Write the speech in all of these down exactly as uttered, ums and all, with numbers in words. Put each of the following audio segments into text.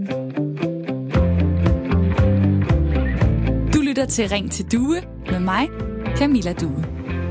Du lytter til Ring til Due med mig, Camilla Due.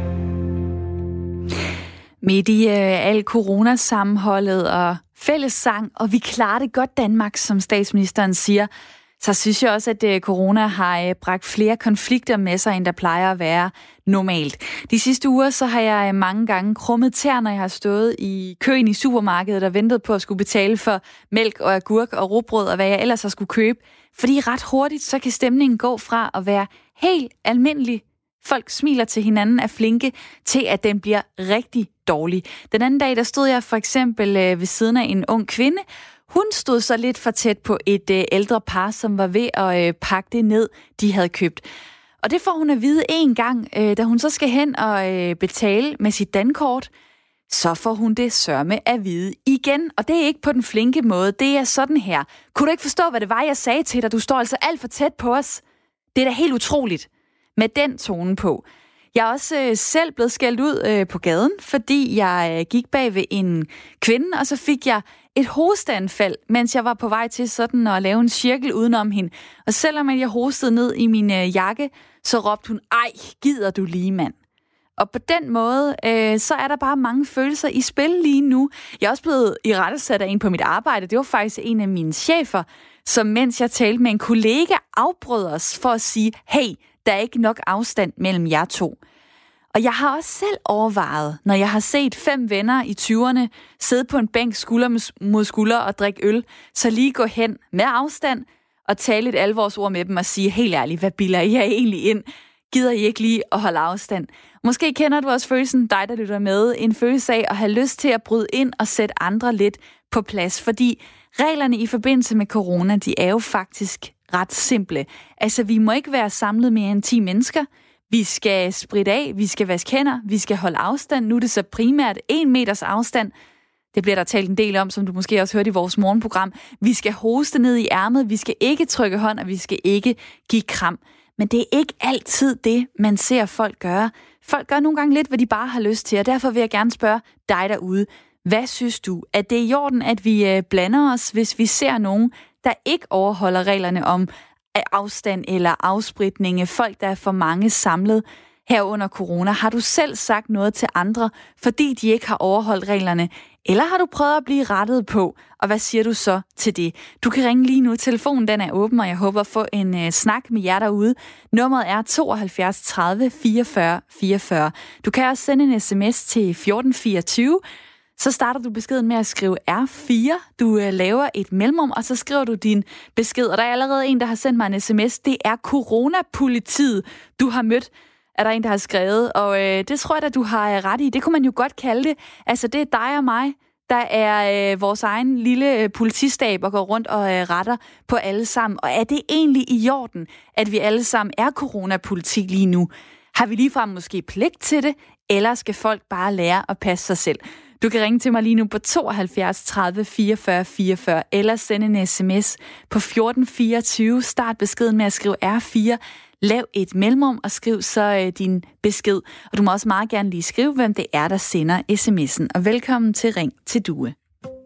Midt i øh, al coronasammenholdet og fællessang, og vi klarer det godt Danmark, som statsministeren siger, så synes jeg også, at øh, corona har øh, bragt flere konflikter med sig, end der plejer at være normalt. De sidste uger så har jeg øh, mange gange krummet tær, når jeg har stået i køen i supermarkedet og ventet på at skulle betale for mælk og agurk og rugbrød og hvad jeg ellers har skulle købe. Fordi ret hurtigt, så kan stemningen gå fra at være helt almindelig, folk smiler til hinanden er flinke, til at den bliver rigtig dårlig. Den anden dag, der stod jeg for eksempel øh, ved siden af en ung kvinde. Hun stod så lidt for tæt på et øh, ældre par, som var ved at øh, pakke det ned, de havde købt. Og det får hun at vide en gang, øh, da hun så skal hen og øh, betale med sit dankort. Så får hun det sørme at vide igen. Og det er ikke på den flinke måde, det er sådan her. Kunne du ikke forstå, hvad det var, jeg sagde til dig? Du står altså alt for tæt på os. Det er da helt utroligt. Med den tone på. Jeg er også øh, selv blevet skældt ud øh, på gaden, fordi jeg øh, gik bag ved en kvinde, og så fik jeg et hosteanfald, mens jeg var på vej til sådan at lave en cirkel udenom hende. Og selvom jeg hostede ned i min øh, jakke, så råbte hun, ej, gider du lige, mand? Og på den måde, øh, så er der bare mange følelser i spil lige nu. Jeg er også blevet irettesat af en på mit arbejde. Det var faktisk en af mine chefer, som mens jeg talte med en kollega, afbrød os for at sige, hey, der er ikke nok afstand mellem jer to. Og jeg har også selv overvejet, når jeg har set fem venner i tyverne sidde på en bænk skulder mod skulder og drikke øl, så lige gå hen med afstand og tale et alvorsord med dem og sige, helt ærligt, hvad bilder I jer egentlig ind? Gider I ikke lige at holde afstand? Måske kender du også følelsen, dig der lytter med, en følelse af at have lyst til at bryde ind og sætte andre lidt på plads, fordi reglerne i forbindelse med corona, de er jo faktisk ret simple. Altså, vi må ikke være samlet mere end ti mennesker. Vi skal spritte af, vi skal vaske hænder, vi skal holde afstand. Nu er det så primært en meters afstand. Det bliver der talt en del om, som du måske også hørte i vores morgenprogram. Vi skal hoste ned i ærmet, vi skal ikke trykke hånd, og vi skal ikke give kram. Men det er ikke altid det, man ser folk gøre. Folk gør nogle gange lidt, hvad de bare har lyst til, og derfor vil jeg gerne spørge dig derude. Hvad synes du? Er det i orden, at vi blander os, hvis vi ser nogen, der ikke overholder reglerne om afstand eller afspritning, folk, der er for mange samlet her under corona? Har du selv sagt noget til andre, fordi de ikke har overholdt reglerne? Eller har du prøvet at blive rettet på? Og hvad siger du så til det? Du kan ringe lige nu. Telefonen den er åben, og jeg håber at få en uh, snak med jer derude. Nummeret er tooghalvfjerds tredive fireogfyrre fireogfyrre. Du kan også sende en sms til fjorten fireogtyve. Så starter du beskeden med at skrive R fire. Du øh, laver et mellemrum, og så skriver du din besked. Og der er allerede en, der har sendt mig en sms. Det er coronapolitiet, du har mødt, er der en, der har skrevet. Og øh, det tror jeg da, du har øh, ret i. Det kunne man jo godt kalde det. Altså, det er dig og mig, der er øh, vores egen lille øh, politistab og går rundt og øh, retter på alle sammen. Og er det egentlig i orden, at vi alle sammen er coronapoliti lige nu? Har vi ligefrem måske pligt til det, eller skal folk bare lære at passe sig selv? Du kan ringe til mig lige nu på tooghalvfjerds tredive fireogfyrre fireogfyrre, eller sende en sms på fjorten fireogtyve. Start beskeden med at skrive R fire. Lav et mellemrum og skriv så øh, din besked. Og du må også meget gerne lige skrive, hvem det er, der sender sms'en. Og velkommen til Ring til Due.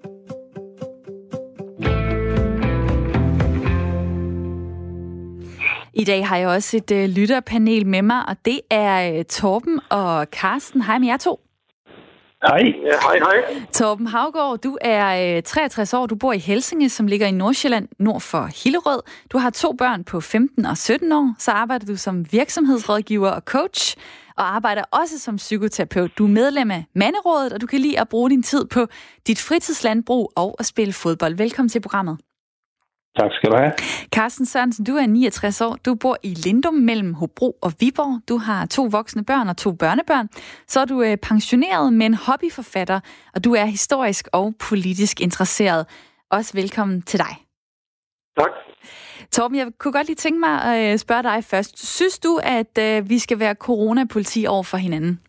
I dag har jeg også et øh, lytterpanel med mig, og det er øh, Torben og Carsten. Hej med jer to. Hej. Ja, hej, hej. Torben Haugaard, du er øh, treogtres år, du bor i Helsinge, som ligger i Nordsjælland, nord for Hillerød. Du har to børn på femten og sytten år, så arbejder du som virksomhedsrådgiver og coach, og arbejder også som psykoterapeut. Du er medlem af Manderådet, og du kan lide at bruge din tid på dit fritidslandbrug og at spille fodbold. Velkommen til programmet. Tak skal du have. Carsten Sørensen, du er niogtres år. Du bor i Lindum mellem Hobro og Viborg. Du har to voksne børn og to børnebørn. Så er du øh, pensioneret, men hobbyforfatter, og du er historisk og politisk interesseret. Også velkommen til dig. Tak. Torben, jeg kunne godt lige tænke mig at øh, spørge dig først. Synes du, at øh, vi skal være coronapoliti over for hinanden?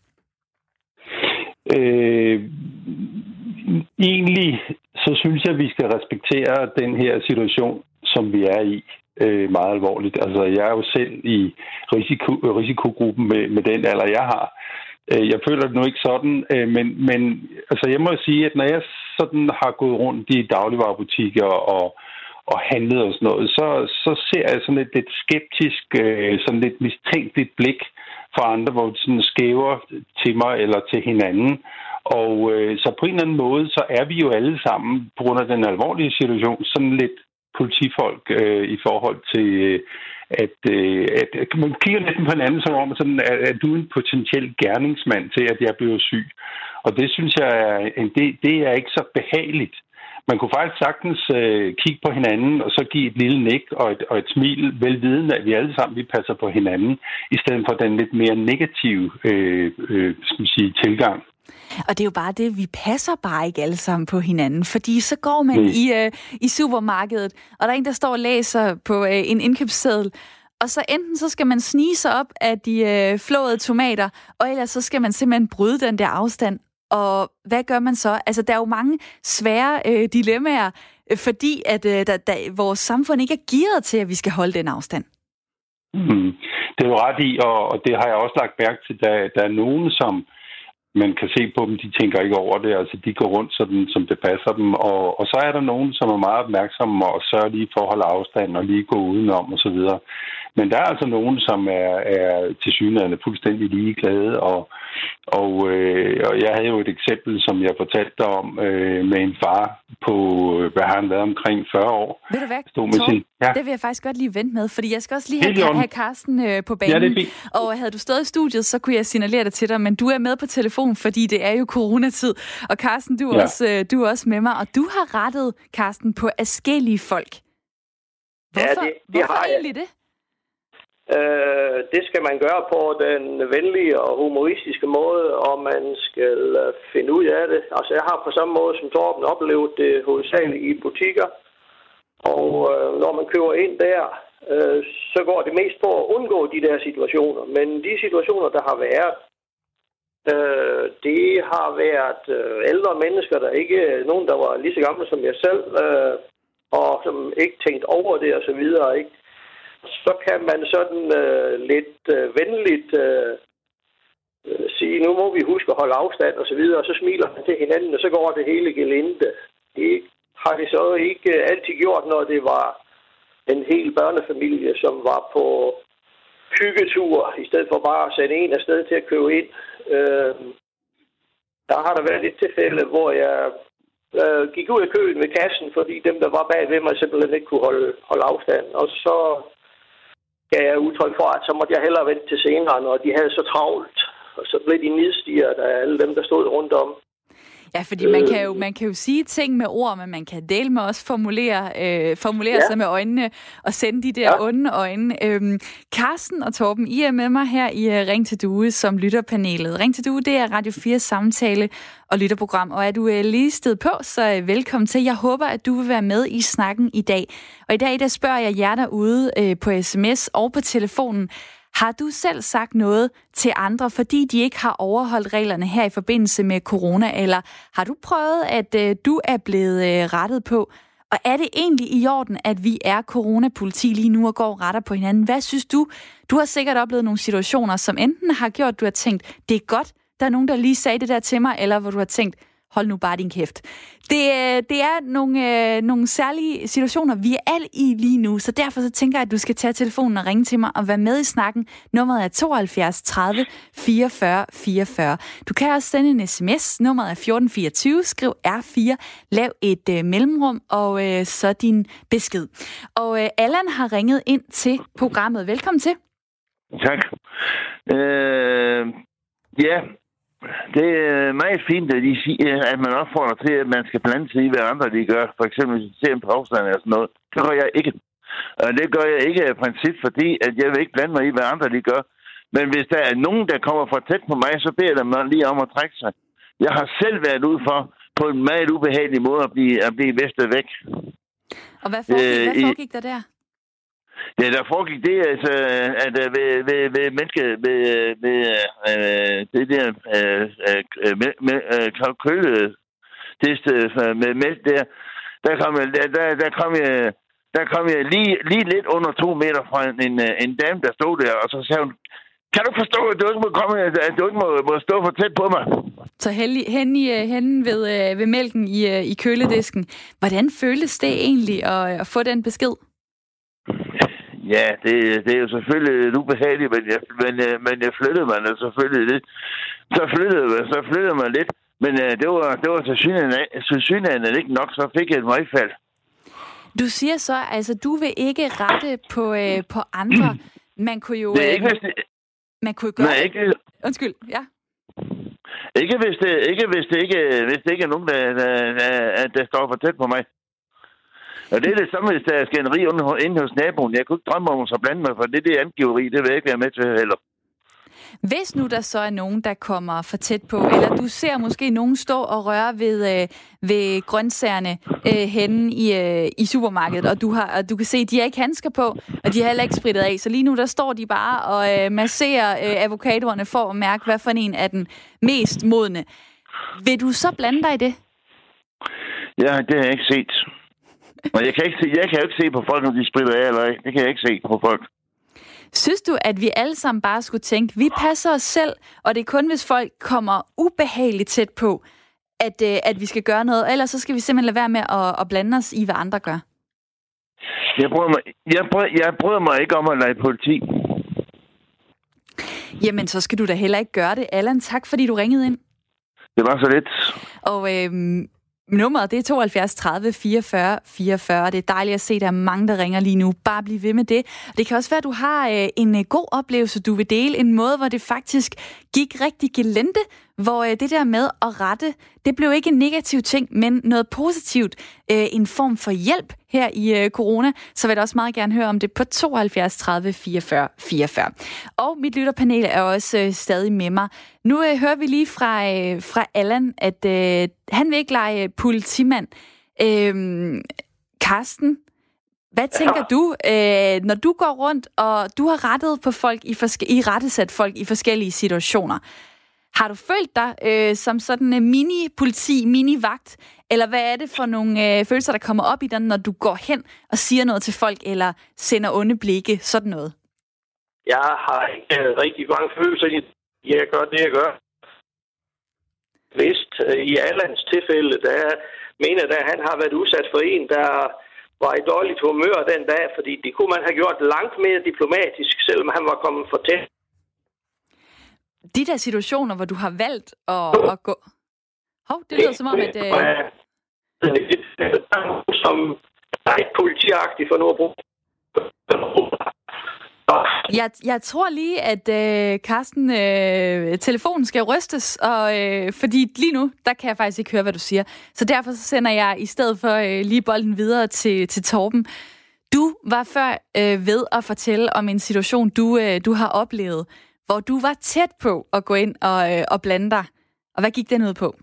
Øh, egentlig så synes jeg, at vi skal respektere den her situation, som vi er i, øh, meget alvorligt. Altså, jeg er jo selv i risiko, risikogruppen med, med den alder, jeg har. Jeg føler det nu ikke sådan, øh, men, men altså, jeg må sige, at når jeg sådan har gået rundt i dagligvarebutikker og, og handlede og sådan noget, så, så ser jeg sådan et lidt skeptisk, øh, sådan lidt mistænkeligt blik fra andre, hvor de sådan skæver til mig eller til hinanden. Og øh, så på en eller anden måde, så er vi jo alle sammen, på grund af den alvorlige situation, sådan lidt politifolk øh, i forhold til, øh, at, øh, at, at man kigger lidt på hinanden, som om sådan, at, at du er en potentiel gerningsmand til, at jeg bliver syg. Og det synes jeg, er, det, det er ikke så behageligt. Man kunne faktisk sagtens øh, kigge på hinanden, og så give et lille nik og et, og et smil, velvidende, at vi alle sammen vi passer på hinanden, i stedet for den lidt mere negative øh, øh, skal man sige, tilgang. Og det er jo bare det, vi passer bare ikke alle sammen på hinanden, fordi så går man mm. i, øh, i supermarkedet, og der er en, der står og læser på øh, en indkøbsseddel, og så enten så skal man snige sig op af de øh, flåede tomater, og ellers så skal man simpelthen bryde den der afstand. Og hvad gør man så? Altså, der er jo mange svære øh, dilemmaer, øh, fordi at øh, der, der, vores samfund ikke er gearet til, at vi skal holde den afstand. Mm. Det er jo ret i, og, og det har jeg også lagt mærke til, der, der er nogen, som man kan se på dem, de tænker ikke over det, altså de går rundt sådan, som det passer dem, og, og så er der nogen, som er meget opmærksomme og sørger lige for at holde afstand og lige gå udenom og så videre. Men der er altså nogen, som er, er tilsyneladende fuldstændig ligeglade, og, og, øh, og jeg havde jo et eksempel, som jeg fortalte om, øh, med en far på, hvad har han været, omkring fyrre år. Ved du hvad, Tom, sin, ja. Det vil jeg faktisk godt lige vente med, fordi jeg skal også lige have, have Carsten øh, på banen. Ja, det er fint. Og havde du stået i studiet, så kunne jeg signalere det til dig, men du er med på telefon, fordi det er jo coronatid. Og Carsten, du er, ja. også, øh, du er også med mig, og du har rettet, Carsten, på adskillige folk. Hvorfor, ja, det, det hvorfor har jeg. egentlig det? Øh, det skal man gøre på den venlige og humoristiske måde, og man skal uh, finde ud af det. Altså, jeg har på samme måde som Torben oplevet det hovedsageligt i butikker, og uh, når man køber ind der, uh, så går det mest på at undgå de der situationer. Men de situationer, der har været, uh, det har været uh, ældre mennesker, der ikke nogen, der var lige så gamle som jeg selv, uh, og som ikke tænkte over det og så videre, ikke? Så kan man sådan øh, lidt øh, venligt øh, øh, sige, nu må vi huske at holde afstand og så videre, og så smiler man til hinanden, og så går det hele gelinde. Det har det så ikke altid gjort, når det var en hel børnefamilie, som var på hyggetur, i stedet for bare at sende en afsted til at købe ind. Øh, der har der været et tilfælde, hvor jeg øh, gik ud af køen ved kassen, fordi dem, der var bag ved mig, simpelthen ikke kunne holde, holde afstand. Og så gav jeg udtryk for, at så måtte jeg hellere vente til senere, når de havde så travlt. Og så blev de nedstiget af alle dem, der stod rundt om. Ja, fordi man kan jo, man kan jo sige ting med ord, men man kan dele med også formulere, øh, formulere ja. sig med øjnene og sende de der ja. onde øjne. Øhm, Carsten og Torben, I er med mig her i uh, Ring til Due som lytterpanelet. Ring til Due, det er Radio fire samtale og lytterprogram, og er du uh, lige sted på, så uh, velkommen til. Jeg håber, at du vil være med i snakken i dag. Og i dag, der spørger jeg jer derude uh, på sms og på telefonen. Har du selv sagt noget til andre, fordi de ikke har overholdt reglerne her i forbindelse med corona, eller har du prøvet, at øh, du er blevet øh, rettet på? Og er det egentlig i orden, at vi er coronapoliti lige nu og går og retter på hinanden? Hvad synes du? Du har sikkert oplevet nogle situationer, som enten har gjort, at du har tænkt, det er godt, der er nogen, der lige sagde det der til mig, eller hvor du har tænkt, hold nu bare din kæft. Det, det er nogle, øh, nogle særlige situationer, vi er alle i lige nu, så derfor så tænker jeg, at du skal tage telefonen og ringe til mig og være med i snakken. Nummeret er tooghalvfjerds tredive fireogfyrre fireogfyrre. Du kan også sende en sms. Nummeret er fjorten fireogtyve. Skriv R fire. Lav et øh, mellemrum og øh, så din besked. Og øh, Allan har ringet ind til programmet. Velkommen til. Tak. Øh, ja... Det er meget fint, at, de siger, at man opfordrer til, at man skal blande sig i, hvad andre de gør. For eksempel, hvis de ser en på afstand eller sådan noget. Det gør jeg ikke. Og det gør jeg ikke af princip, fordi at jeg vil ikke blande mig i, hvad andre de gør. Men hvis der er nogen, der kommer for tæt på mig, så beder jeg dem lige om at trække sig. Jeg har selv været ude for på en meget ubehagelig måde at blive, at blive væstet væk. Og hvad foregik, øh, hvad foregik der der? Ja, der foregik det, altså, at ved, ved, ved menneske, ved, ved øh, det der øh, øh, med, med, øh, køletest med mælk der, der kom jeg, der, der kom jeg, der kom jeg lige, lige lidt under to meter fra en, en dame, der stod der, og så sagde hun, Kan du forstå, at du ikke må, komme, at du ikke må, må stå for tæt på mig? Så hen, hen, i, hen ved, ved mælken i, i køledisken. Hvordan føltes det egentlig at, at få den besked? Ja, det, det er jo selvfølgelig ubehageligt, men jeg, men, men jeg flyttede mig selvfølgelig lidt. Så flyttede, så flyttede mig lidt, men det var, det var til synligheden ikke nok, så fik jeg et møgfald. Du siger så, altså du vil ikke rette på, øh, på andre. Man kunne jo... Det er ikke, hvis det... Man kunne gøre... Nej, ikke... Undskyld, ja. Ikke hvis det ikke, hvis det ikke, hvis det ikke er nogen, der, der, der står for tæt på mig. Og det er det samme, hvis der er skænderi inde hos naboen. Jeg kunne ikke drømme om at så blande mig, for det er det angiveri, det vil jeg ikke være med til heller. Hvis nu der så er nogen, der kommer for tæt på, eller du ser måske nogen stå og røre ved, øh, ved grøntsagerne øh, henne i, øh, i supermarkedet, og du, har, og du kan se, at de har ikke handsker på, og de har heller ikke sprittet af. Så lige nu der står de bare og øh, masserer øh, avocadoerne for at mærke, hvad for en af den mest modne. Vil du så blande dig i det? Ja, det har jeg ikke set. Og jeg kan, ikke se, jeg kan jo ikke se på folk, om de spritter af eller ej. Det kan jeg ikke se på folk. Synes du, at vi alle sammen bare skulle tænke, vi passer os selv, og det er kun, hvis folk kommer ubehageligt tæt på, at, øh, at vi skal gøre noget, ellers så skal vi simpelthen lade være med at, at blande os i, hvad andre gør? Jeg bryder mig, jeg bryder, jeg bryder mig ikke om at lege politi. Jamen, så skal du da heller ikke gøre det. Allan, tak fordi du ringede ind. Det var så lidt. Og øhm, nummeret, det er tooghalvfjerds tredive fireogfyrre fireogfyrre. Det er dejligt at se, at der er mange, der ringer lige nu. Bare bliv ved med det. Det kan også være, at du har øh, en øh, god oplevelse, du vil dele. En måde, hvor det faktisk gik rigtig gelente. Hvor øh, det der med at rette, det blev ikke en negativ ting, men noget positivt. Øh, en form for hjælp her i øh, corona. Så vil jeg også meget gerne høre om det på tooghalvfjerds tredive fireogfyrre fireogfyrre. Og mit lytterpanel er også øh, stadig med mig. Nu øh, hører vi lige fra, øh, fra Allan, at øh, han vil ikke lege øh, politimand. Øh, Karsten, hvad tænker ja. du, øh, når du går rundt, og du har rettet på folk i, forske- i rettesat folk i forskellige situationer? Har du følt dig øh, som sådan en mini-politi, mini-vagt? Eller hvad er det for nogle øh, følelser, der kommer op i dig, når du går hen og siger noget til folk, eller sender onde blikke, sådan noget? Jeg har ikke øh, rigtig mange følelser i, jeg gør det, jeg gør. Vist, øh, i Allans tilfælde, der mener jeg, at han har været udsat for en, der var i dårligt humør den dag, fordi det kunne man have gjort langt mere diplomatisk, selvom han var kommet for tæt. De der situationer, hvor du har valgt at, at gå... Hov, det lyder som om, at... Øh... Som er ikke politiagtigt for noget at bruge. Jeg, jeg tror lige, at øh, Karsten, øh, telefonen skal rystes, og, øh, fordi lige nu, der kan jeg faktisk ikke høre, hvad du siger. Så derfor så sender jeg i stedet for øh, lige bolden videre til, til Torben. Du var før øh, ved at fortælle om en situation, du, øh, du har oplevet, hvor du var tæt på at gå ind og, øh, og blande dig. Og hvad gik den ud på?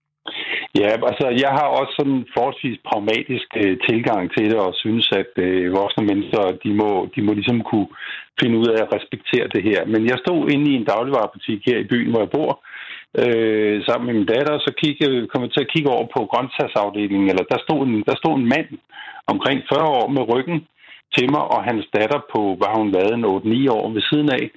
Ja, altså jeg har også sådan en forholdsvis pragmatisk øh, tilgang til det, og synes, at øh, voksne mennesker, de må, de må ligesom kunne finde ud af at respektere det her. Men jeg stod inde i en dagligvarebutik her i byen, hvor jeg bor, øh, sammen med min datter, og så kiggede, kom jeg til at kigge over på grøntsagsafdelingen, eller der stod, en, der stod en mand omkring fyrre år med ryggen til mig, og hans datter på, hvad hun været, en otte ni år ved siden af.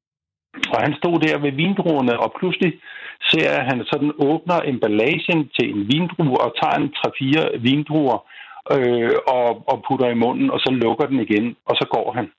Og han stod der ved vindruerne, og pludselig ser jeg, at han sådan åbner emballagen til en vindrue og tager en tre fire vindruer øh, og, og putter i munden, og så lukker den igen, og så går han.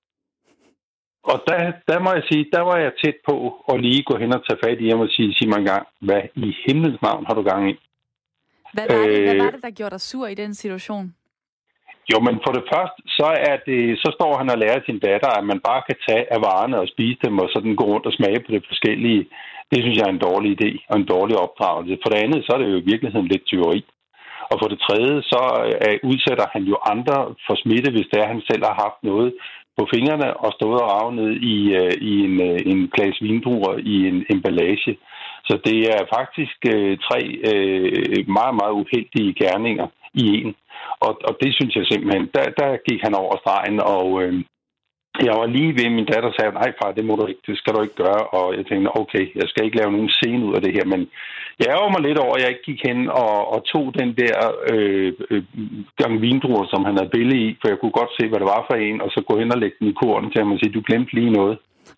Og der, der må jeg sige, der var jeg tæt på at lige gå hen og tage fat i ham og sige, sig mig en gang, hvad i himlens navn har du gang i? Hvad var, det, øh, hvad var det, der gjorde dig sur i den situation? Jo, men for det første, så er det, så står han og lærer sin datter, at man bare kan tage af varerne og spise dem, og sådan gå rundt og smage på det forskellige. Det synes jeg er en dårlig idé og en dårlig opdragelse. For det andet, så er det jo i virkeligheden lidt tyveri. Og for det tredje, så udsætter han jo andre for smitte, hvis det er, han selv har haft noget på fingrene og stået og ravet ned i, i en, en glas vindruer i en emballage. Så det er faktisk øh, tre øh, meget, meget uheldige gerninger i en. Og, og det synes jeg simpelthen, der, der gik han over stregen, og øh, jeg var lige ved, min datter sagde, nej far, det må du ikke, det skal du ikke gøre, og jeg tænkte, okay, jeg skal ikke lave nogen scene ud af det her, men jeg ærger mig lidt over, at jeg ikke gik hen og, og tog den der øh, øh, gang vindruer, som han havde billede i, for jeg kunne godt se, hvad det var for en, og så gå hen og lægge den i kurven til ham og sige, du glemte lige noget.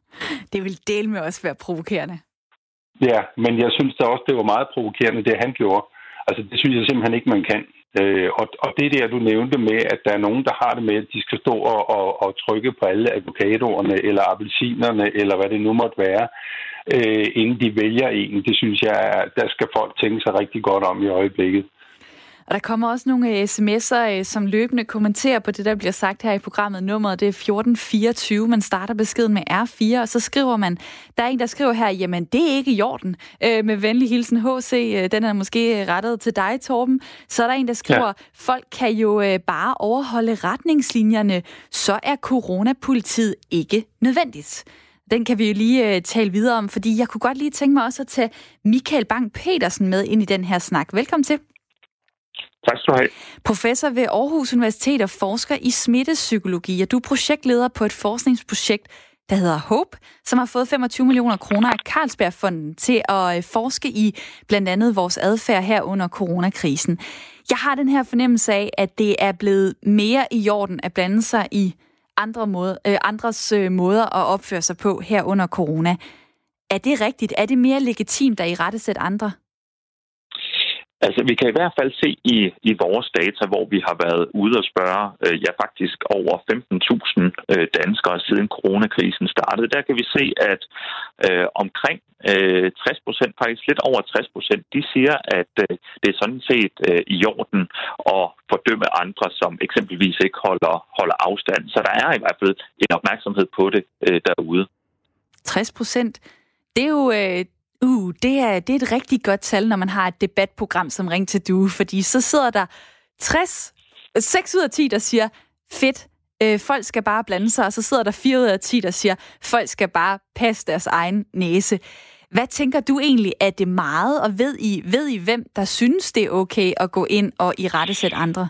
Det vil dele med også være provokerende. Ja, men jeg synes da også, det var meget provokerende, det han gjorde. Altså, det synes jeg simpelthen ikke, man kan. Øh, og, og det der, du nævnte med, at der er nogen, der har det med, at de skal stå og, og, og trykke på alle avocadoerne, eller appelsinerne, eller hvad det nu måtte være, øh, inden de vælger en, det synes jeg, der skal folk tænke sig rigtig godt om i øjeblikket. Og der kommer også nogle sms'er, som løbende kommenterer på det, der bliver sagt her i programmet. Nummeret det er fjorten fireogtyve. Man starter beskeden med R fire, og så skriver man, der er en, der skriver her, jamen det er ikke i orden. Øh, med venlig hilsen H C, den er måske rettet til dig, Torben. Så er der en, der skriver, ja. Folk kan jo øh, bare overholde retningslinjerne, så er coronapolitiet ikke nødvendigt. Den kan vi jo lige øh, tale videre om, fordi jeg kunne godt lige tænke mig også at tage Michael Bang-Petersen med ind i den her snak. Velkommen til. Tak skal du have. Professor ved Aarhus Universitet og forsker i smittepsykologi, og du er projektleder på et forskningsprojekt, der hedder HOPE, som har fået femogtyve millioner kroner af Carlsbergfonden til at forske i blandt andet vores adfærd her under coronakrisen. Jeg har den her fornemmelse af, at det er blevet mere i orden at blande sig i andre måder, øh, andres øh, måder at opføre sig på her under corona. Er det rigtigt? Er det mere legitimt at irettesætte andre? Altså, vi kan i hvert fald se i, i vores data, hvor vi har været ude og spørge, øh, ja faktisk over femten tusind øh, danskere siden coronakrisen startede. Der kan vi se, at øh, omkring øh, tres procent, faktisk lidt over tres procent, de siger, at øh, det er sådan set øh, i orden at fordømme andre, som eksempelvis ikke holder, holder afstand. Så der er i hvert fald en opmærksomhed på det øh, derude. tres procent, det er jo... Øh Uh, det er, det er et rigtig godt tal, når man har et debatprogram som Ring til Due, fordi så sidder der tres, seks ud af ti, der siger, fedt, øh, folk skal bare blande sig, og så sidder der fire ud af ti, der siger, folk skal bare passe deres egen næse. Hvad tænker du egentlig, er det meget, og ved I, ved I hvem, der synes, det er okay at gå ind og irettesætte andre?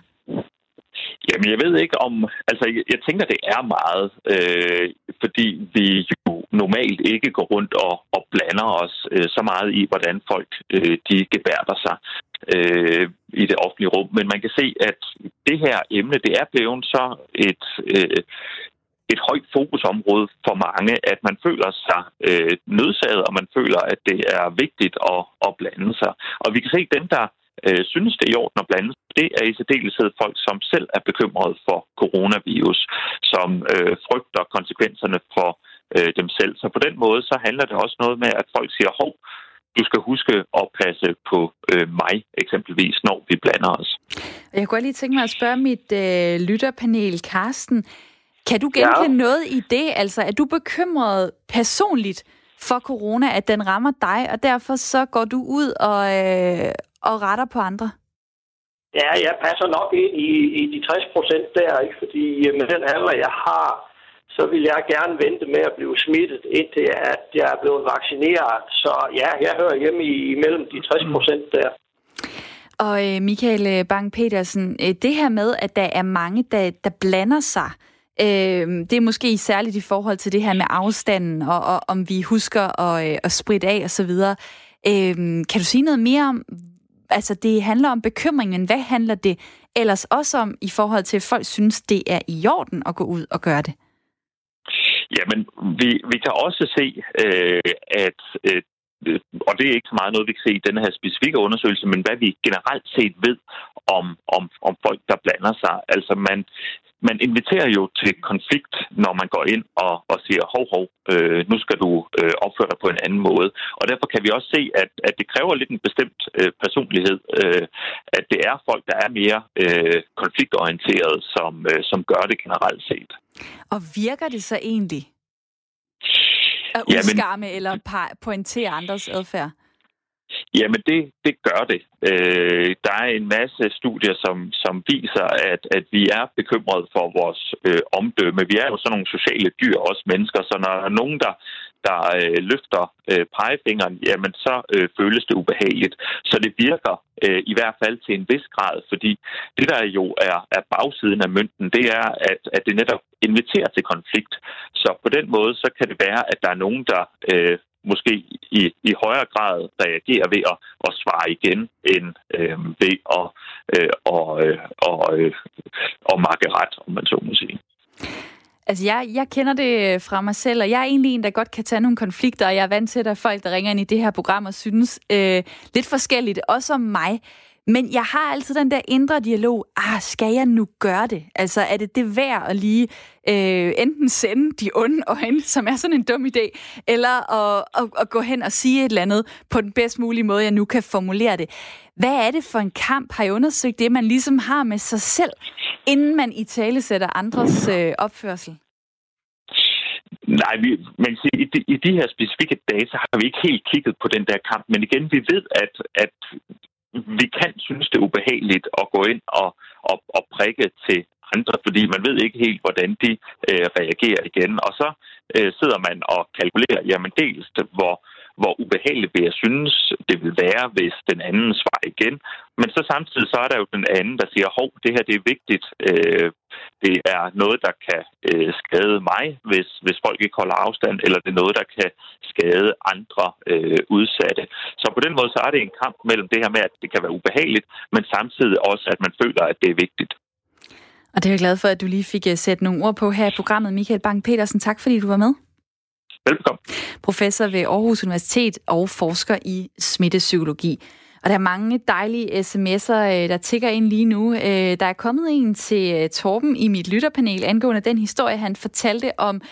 Jamen, jeg ved ikke om... Altså, jeg, jeg tænker, det er meget, øh, fordi vi jo normalt ikke går rundt og, og blander os øh, så meget i, hvordan folk øh, de gebærder sig øh, i det offentlige rum. Men man kan se, at det her emne, det er blevet så et... Øh, et højt fokusområde for mange, at man føler sig øh, nødsaget, og man føler, at det er vigtigt at, at blande sig. Og vi kan se, at dem, der øh, synes, det er i orden at blande sig, det er i særdeleshed folk, som selv er bekymrede for coronavirus, som øh, frygter konsekvenserne for øh, dem selv. Så på den måde, så handler det også noget med, at folk siger, hov, du skal huske at passe på øh, mig, eksempelvis, når vi blander os. Jeg kunne godt lige tænke mig at spørge mit øh, lytterpanel, Karsten. Kan du genkende ja. noget i det? Altså, er du bekymret personligt for corona, at den rammer dig, og derfor så går du ud og, øh, og retter på andre? Ja, jeg passer nok ind i, i de tres procent der, ikke? Fordi med den alder, jeg har, så vil jeg gerne vente med at blive smittet, indtil at jeg er blevet vaccineret. Så ja, jeg hører hjemme i mellem de tres procent der. Og Michael Bang-Petersen, det her med, at der er mange, der, der blander sig, det er måske særligt i forhold til det her med afstanden, og, og om vi husker at, at spritte af og så videre. Kan du sige noget mere om, altså det handler om bekymring, men hvad handler det ellers også om i forhold til, at folk synes, det er i orden at gå ud og gøre det? Jamen, vi, vi kan også se, øh, at, øh, og det er ikke så meget noget, vi kan se i denne her specifikke undersøgelse, men hvad vi generelt set ved om, om, om folk, der blander sig. Altså, man Man inviterer jo til konflikt, når man går ind og, og siger, hov, hov, øh, nu skal du øh, opføre dig på en anden måde. Og derfor kan vi også se, at, at det kræver lidt en bestemt øh, personlighed, øh, at det er folk, der er mere øh, konfliktorienterede, som, øh, som gør det generelt set. Og virker det så egentlig at udskamme ja, men, eller pointere andres adfærd? Jamen, det, det gør det. Øh, der er en masse studier, som, som viser, at, at vi er bekymrede for vores øh, omdømme. Vi er jo sådan nogle sociale dyr, også mennesker, så når der er nogen, der, der øh, løfter øh, pegefingeren, jamen så øh, føles det ubehageligt. Så det virker øh, i hvert fald til en vis grad, fordi det, der jo er, er bagsiden af mønten, det er, at, at det netop inviterer til konflikt. Så på den måde, så kan det være, at der er nogen, der... Øh, måske i, i højere grad reagerer ved at, at svare igen, end øh, ved at øh, og, øh, og, øh, og makke ret, om man så må sige. Altså, jeg, jeg kender det fra mig selv, og jeg er egentlig en, der godt kan tage nogle konflikter, og jeg er vant til, at der er folk, der ringer ind i det her program og synes øh, lidt forskelligt, også om mig. Men jeg har altid den der indre dialog. Ah, skal jeg nu gøre det? Altså, er det det værd at lige øh, enten sende de onde øjne, som er sådan en dum idé, eller at, at, at gå hen og sige et eller andet på den bedst mulige måde, jeg nu kan formulere det. Hvad er det for en kamp? Har I undersøgt det, man ligesom har med sig selv, inden man italesætter andres øh, opførsel? Nej, vi, men i, de, i de her specifikke dage, så har vi ikke helt kigget på den der kamp. Men igen, vi ved, at, at vi kan synes, det er ubehageligt at gå ind og, og, og prikke til andre, fordi man ved ikke helt, hvordan de øh, reagerer igen. Og så øh, sidder man og kalkulerer, jamen dels, hvor, hvor ubehageligt vil jeg synes, det vil være, hvis den anden svarer igen. Men så samtidig så er der jo den anden, der siger, hov, det her det er vigtigt. Øh, det er noget, der kan øh, skade mig, hvis, hvis folk ikke holder afstand, eller det er noget, der kan skade andre øh, udsatte. Så på den måde så er det en kamp mellem det her med, at det kan være ubehageligt, men samtidig også, at man føler, at det er vigtigt. Og det er jeg glad for, at du lige fik sætte nogle ord på her i programmet. Michael Bang-Petersen, tak fordi du var med. Velkommen. Professor ved Aarhus Universitet og forsker i smittepsykologi. Og der er mange dejlige sms'er, der tikker ind lige nu. Der er kommet en til Torben i mit lytterpanel angående den historie, han fortalte om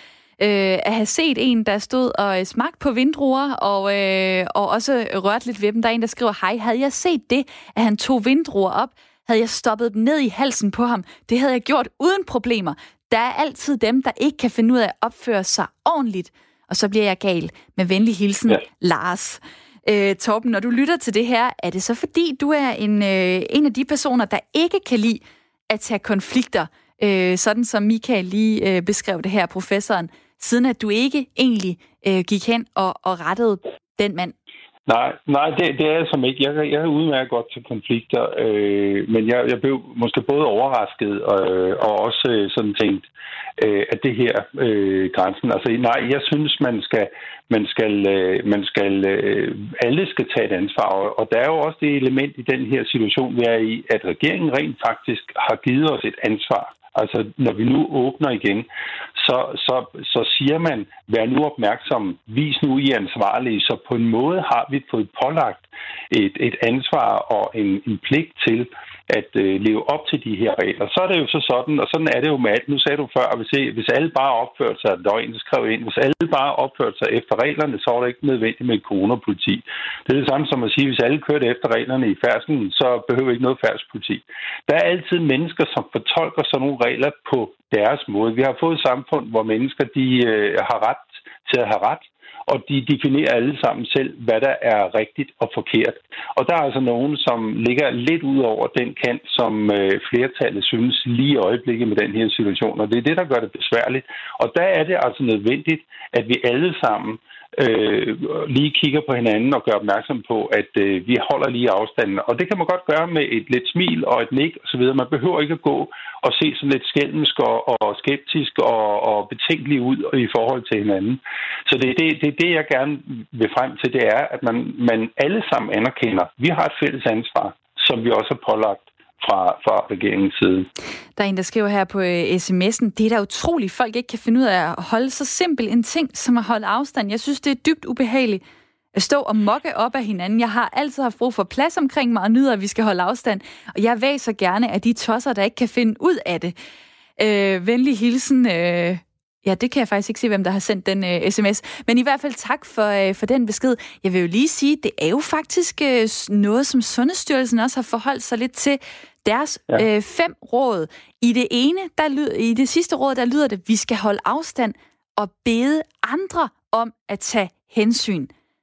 at have set en, der stod og smagte på vindruer og, og også rørte lidt ved dem. Der er en, der skriver, hej, havde jeg set det, at han tog vindruer op, havde jeg stoppet dem ned i halsen på ham. Det havde jeg gjort uden problemer. Der er altid dem, der ikke kan finde ud af at opføre sig ordentligt. Og så bliver jeg gal. Med venlig hilsen, ja. Lars. Øh, Torben, når du lytter til det her, er det så fordi, du er en, øh, en af de personer, der ikke kan lide at tage konflikter, øh, sådan som Michael lige øh, beskrev det her, professoren, siden at du ikke egentlig øh, gik hen og, og rettede den mand? Nej, nej, det, det er jeg som ikke. Jeg, jeg er udmærket godt til konflikter, øh, men jeg, jeg blev måske både overrasket og, og også øh, sådan tænkt, øh, at det her øh, grænsen. Altså nej, jeg synes, man skal, man skal, øh, man skal øh, alle skal tage et ansvar. Og der er jo også det element i den her situation, vi er i, at regeringen rent faktisk har givet os et ansvar. Altså, når vi nu åbner igen, så, så, så siger man, vær nu opmærksom, vis nu I ansvarlige. Så på en måde har vi fået pålagt et, et ansvar og en, en pligt til at øh, leve op til de her regler. Så er det jo så sådan, og sådan er det jo med alt. Nu sagde du før, hvis, hvis alle bare opførte sig, der var en, der skrev ind, hvis alle bare opførte sig efter reglerne, så var det ikke nødvendigt med et coronapoliti. Det er det samme som at sige, hvis alle kørte efter reglerne i færdslen, så behøver vi ikke noget færdspoliti. Der er altid mennesker, som fortolker sådan nogle regler på deres måde. Vi har fået et samfund, hvor mennesker de øh, har ret til at have ret, og de definerer alle sammen selv, hvad der er rigtigt og forkert. Og der er altså nogen, som ligger lidt ud over den kant, som øh, flertallet synes lige i øjeblikket med den her situation. Og det er det, der gør det besværligt. Og der er det altså nødvendigt, at vi alle sammen øh, lige kigger på hinanden og gør opmærksom på, at øh, vi holder lige afstanden. Og det kan man godt gøre med et lidt smil og et nik osv. Man behøver ikke at gå og se sådan lidt skælmsk og, og skeptisk og, og betænkelig ud i forhold til hinanden. Så det er det, det, det, jeg gerne vil frem til, det er, at man, man alle sammen anerkender, vi har et fælles ansvar, som vi også har pålagt fra, fra regeringens side. Der er en, der skriver her på øh, sms'en, det er da utroligt, folk ikke kan finde ud af at holde så simpel en ting, som at holde afstand. Jeg synes, det er dybt ubehageligt at stå og mokke op af hinanden. Jeg har altid haft brug for plads omkring mig og nyder, at vi skal holde afstand. Og jeg vil så gerne af de tosser, der ikke kan finde ud af det. Øh, venlig hilsen. Øh, ja, det kan jeg faktisk ikke se, hvem der har sendt den øh, sms. Men i hvert fald tak for, øh, for den besked. Jeg vil jo lige sige, det er jo faktisk øh, noget, som Sundhedsstyrelsen også har forholdt sig lidt til. Deres ja. øh, fem råd. I det ene, der lyder, i det sidste råd, der lyder det, vi skal holde afstand og bede andre om at tage hensyn.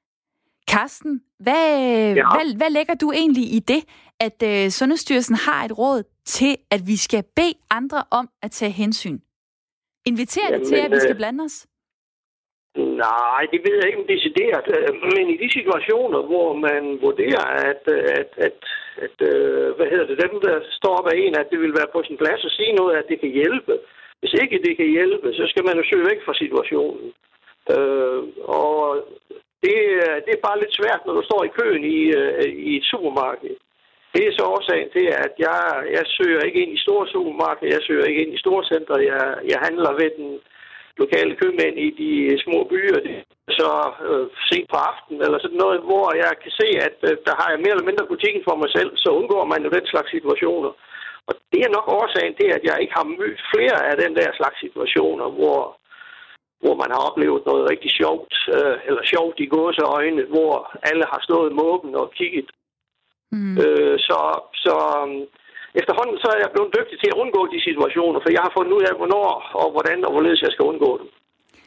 Carsten, hvad, ja. hvad, hvad lægger du egentlig i det, at øh, Sundhedsstyrelsen har et råd til, at vi skal bede andre om at tage hensyn? Inviterer det til, at vi skal blande os? Nej, det ved jeg ikke om decideret. Men i de situationer, hvor man vurderer, at, at, at, at hvad hedder det, dem, der står op af en, at det vil være på sin plads at sige noget, at det kan hjælpe. Hvis ikke det kan hjælpe, så skal man jo søge væk fra situationen. Øh, og det, det er bare lidt svært, når du står i køen i, i et supermarked. Det er så årsagen til, at jeg, jeg søger ikke ind i store supermarkeder, jeg søger ikke ind i store centre, jeg, jeg handler ved den lokale købmænd i de små byer, så øh, sent på aftenen eller sådan noget, hvor jeg kan se, at øh, der har jeg mere eller mindre butikken for mig selv, så undgår man jo den slags situationer. Og det er nok årsagen til, at jeg ikke har mødt flere af den der slags situationer, hvor, hvor man har oplevet noget rigtig sjovt, øh, eller sjovt i gåseøjne, hvor alle har stået måben og kigget. Mm. Øh, så så efterhånden så er jeg blevet dygtig til at undgå de situationer, for jeg har fundet ud af, hvornår og hvordan og hvorledes jeg skal undgå dem.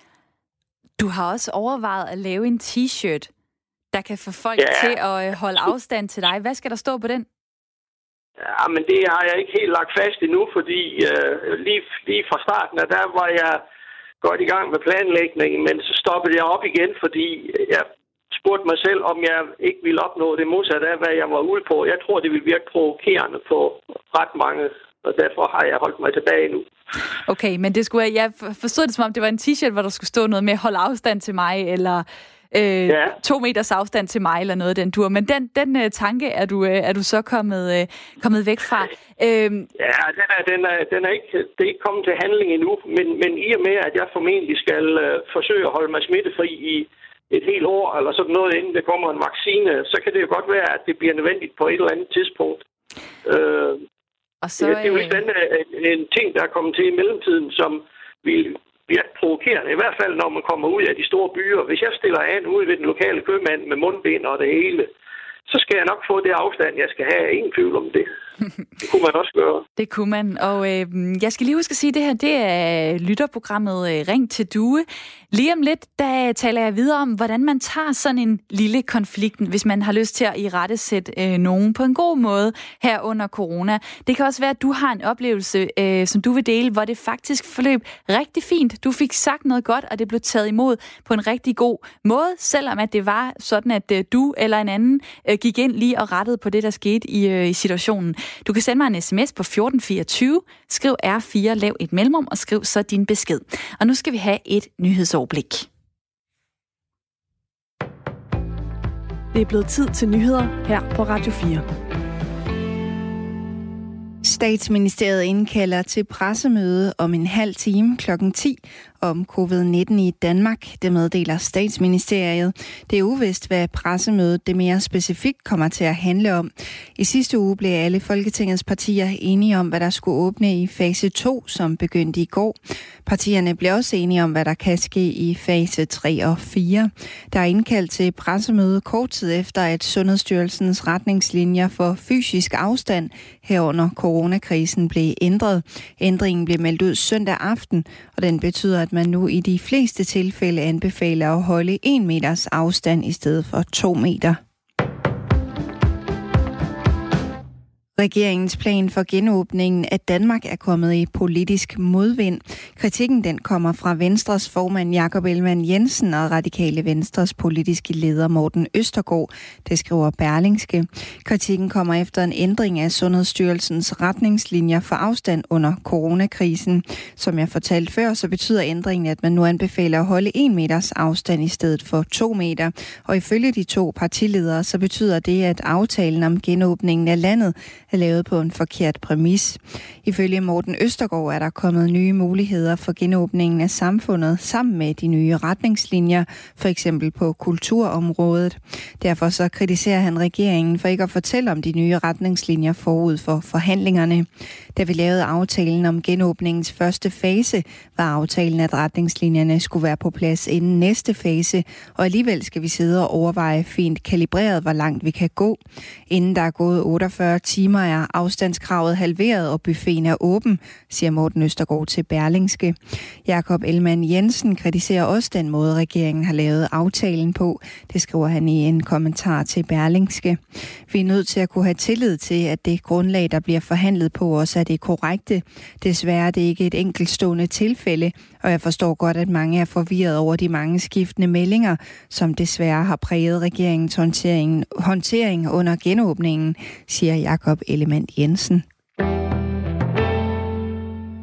Du har også overvejet at lave en t-shirt, der kan få folk ja. til at holde afstand til dig. Hvad skal der stå på den? Ja, men det har jeg ikke helt lagt fast endnu, fordi øh, lige, lige fra starten af, der var jeg godt i gang med planlægningen, men så stoppede jeg op igen, fordi jeg spurgte mig selv, om jeg ikke ville opnå det modsatte af, hvad jeg var ude på. Jeg tror, det ville virke provokerende på ret mange, og derfor har jeg holdt mig tilbage nu. Okay, men det skulle jeg forstod det som om, det var en t-shirt, hvor der skulle stå noget med hold afstand til mig, eller øh, ja. to meters afstand til mig, eller noget af den dur. Men den, den uh, tanke er du, uh, er du så kommet, uh, kommet væk fra. Øh, ja, den er, den er, den er ikke, det er ikke kommet til handling endnu, men, men i og med, at jeg formentlig skal uh, forsøge at holde mig smittefri i et helt år, eller sådan noget, inden der kommer en vaccine, så kan det jo godt være, at det bliver nødvendigt på et eller andet tidspunkt. Øh, og så, det er jo ikke en, en ting, der er kommet til i mellemtiden, som vil virke provokerende. I hvert fald, når man kommer ud af de store byer. Hvis jeg stiller an ude ved den lokale købmand med mundbind og det hele, så skal jeg nok få det afstand, jeg skal have. Ingen tvivl om det. Det kunne man også gøre. Det kunne man. Og øh, jeg skal lige huske at sige, at det her, det er lytterprogrammet øh, Ring til Due. Lige om lidt, der taler jeg videre om, hvordan man tager sådan en lille konflikt, hvis man har lyst til at irettesætte øh, nogen på en god måde her under corona. Det kan også være, at du har en oplevelse, øh, som du vil dele, hvor det faktisk forløb rigtig fint. Du fik sagt noget godt, og det blev taget imod på en rigtig god måde, selvom at det var sådan, at øh, du eller en anden øh, gik ind lige og rettede på det, der skete i, øh, i situationen. Du kan sende mig en sms på fjorten fireogtyve, skriv R fire, lav et mellemrum og skriv så din besked. Og nu skal vi have et nyhedsoverblik. Det er blevet tid til nyheder her på Radio fire. Statsministeriet indkalder til pressemøde om en halv time klokken ti om covid nitten i Danmark. Det meddeler Statsministeriet. Det er uvist, hvad pressemødet det mere specifikt kommer til at handle om. I sidste uge blev alle Folketingets partier enige om, hvad der skulle åbne i fase to, som begyndte i går. Partierne blev også enige om, hvad der kan ske i fase tre og fire. Der er indkaldt til pressemøde kort tid efter, at Sundhedsstyrelsens retningslinjer for fysisk afstand herunder coronakrisen blev ændret. Ændringen blev meldt ud søndag aften, og den betyder, at man nu i de fleste tilfælde anbefaler at holde en meters afstand i stedet for to meter. Regeringens plan for genåbningen af Danmark er kommet i politisk modvind. Kritikken den kommer fra Venstres formand Jakob Ellemann-Jensen og Radikale Venstres politiske leder Morten Østergaard. Det skriver Berlingske. Kritikken kommer efter en ændring af Sundhedsstyrelsens retningslinjer for afstand under coronakrisen. Som jeg fortalte før, så betyder ændringen, at man nu anbefaler at holde en meters afstand i stedet for to meter. Og ifølge de to partiledere, så betyder det, at aftalen om genåbningen af landet er lavet på en forkert præmis. Ifølge Morten Østergaard er der kommet nye muligheder for genåbningen af samfundet sammen med de nye retningslinjer, for eksempel på kulturområdet. Derfor så kritiserer han regeringen for ikke at fortælle om de nye retningslinjer forud for forhandlingerne. Da vi lavede aftalen om genåbningens første fase, var aftalen, at retningslinjerne skulle være på plads inden næste fase, og alligevel skal vi sidde og overveje fint kalibreret, hvor langt vi kan gå. Inden der er gået otteogfyrre timer er afstandskravet halveret, og buffeten er åben, siger Morten Østergaard til Berlingske. Jakob Ellemann-Jensen kritiserer også den måde, regeringen har lavet aftalen på. Det skriver han i en kommentar til Berlingske. Vi er nødt til at kunne have tillid til, at det grundlag, der bliver forhandlet på, også er det korrekte. Desværre er det ikke et enkeltstående tilfælde, og jeg forstår godt, at mange er forvirret over de mange skiftende meldinger, som desværre har præget regeringens håndtering, håndtering under genåbningen, siger Jakob Ellemann-Jensen.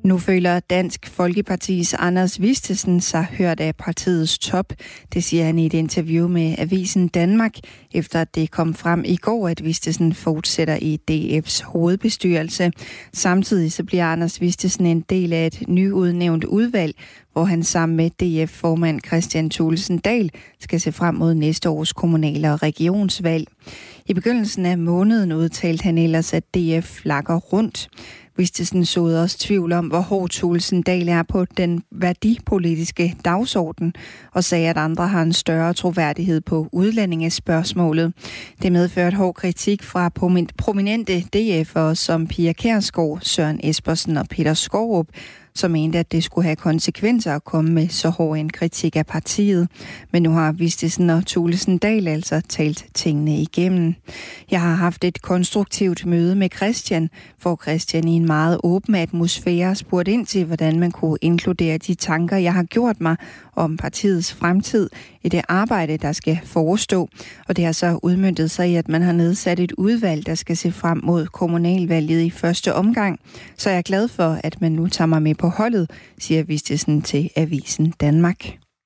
Nu føler Dansk Folkepartis Anders Vistisen sig hørt af partiets top. Det siger han i et interview med Avisen Danmark, efter at det kom frem i går, at Vistisen fortsætter i D F's hovedbestyrelse. Samtidig så bliver Anders Vistisen en del af et nyudnævnt udvalg, hvor han sammen med D F-formand Kristian Thulesen Dahl skal se frem mod næste års kommunale og regionsvalg. I begyndelsen af måneden udtalte han ellers, at D F flakker rundt. Vistisen såede også tvivl om, hvor hård Thulesen Dahl er på den værdipolitiske dagsorden, og sagde, at andre har en større troværdighed på udlændingespørgsmålet. Det medførte hård kritik fra prominente D F'ere som Pia Kjærsgaard, Søren Espersen og Peter Skaarup, som mente, at det skulle have konsekvenser at komme med så hård en kritik af partiet. Men nu har Vistisen og Thulesen Dahl altså talt tingene igennem. Jeg har haft et konstruktivt møde med Christian, hvor Christian i en meget åben atmosfære spurgte ind til, hvordan man kunne inkludere de tanker, jeg har gjort mig om partiets fremtid i det arbejde, der skal forestå. Og det har så udmøntet sig i, at man har nedsat et udvalg, der skal se frem mod kommunalvalget i første omgang. Så jeg er glad for, at man nu tager mig med på holdet, siger Vistisen til Avisen Danmark.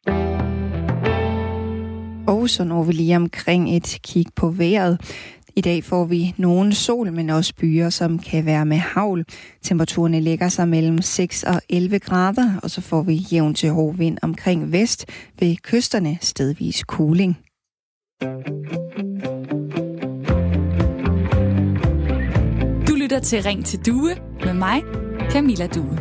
Og så når vi lige omkring et kig på vejret. I dag får vi nogen sol, men også byer, som kan være med hagl. Temperaturerne ligger sig mellem seks og elleve grader, og så får vi jævn til hård vind omkring vest, ved kysterne stedvis kuling. Du lytter til Ring til Due med mig, Camilla Due.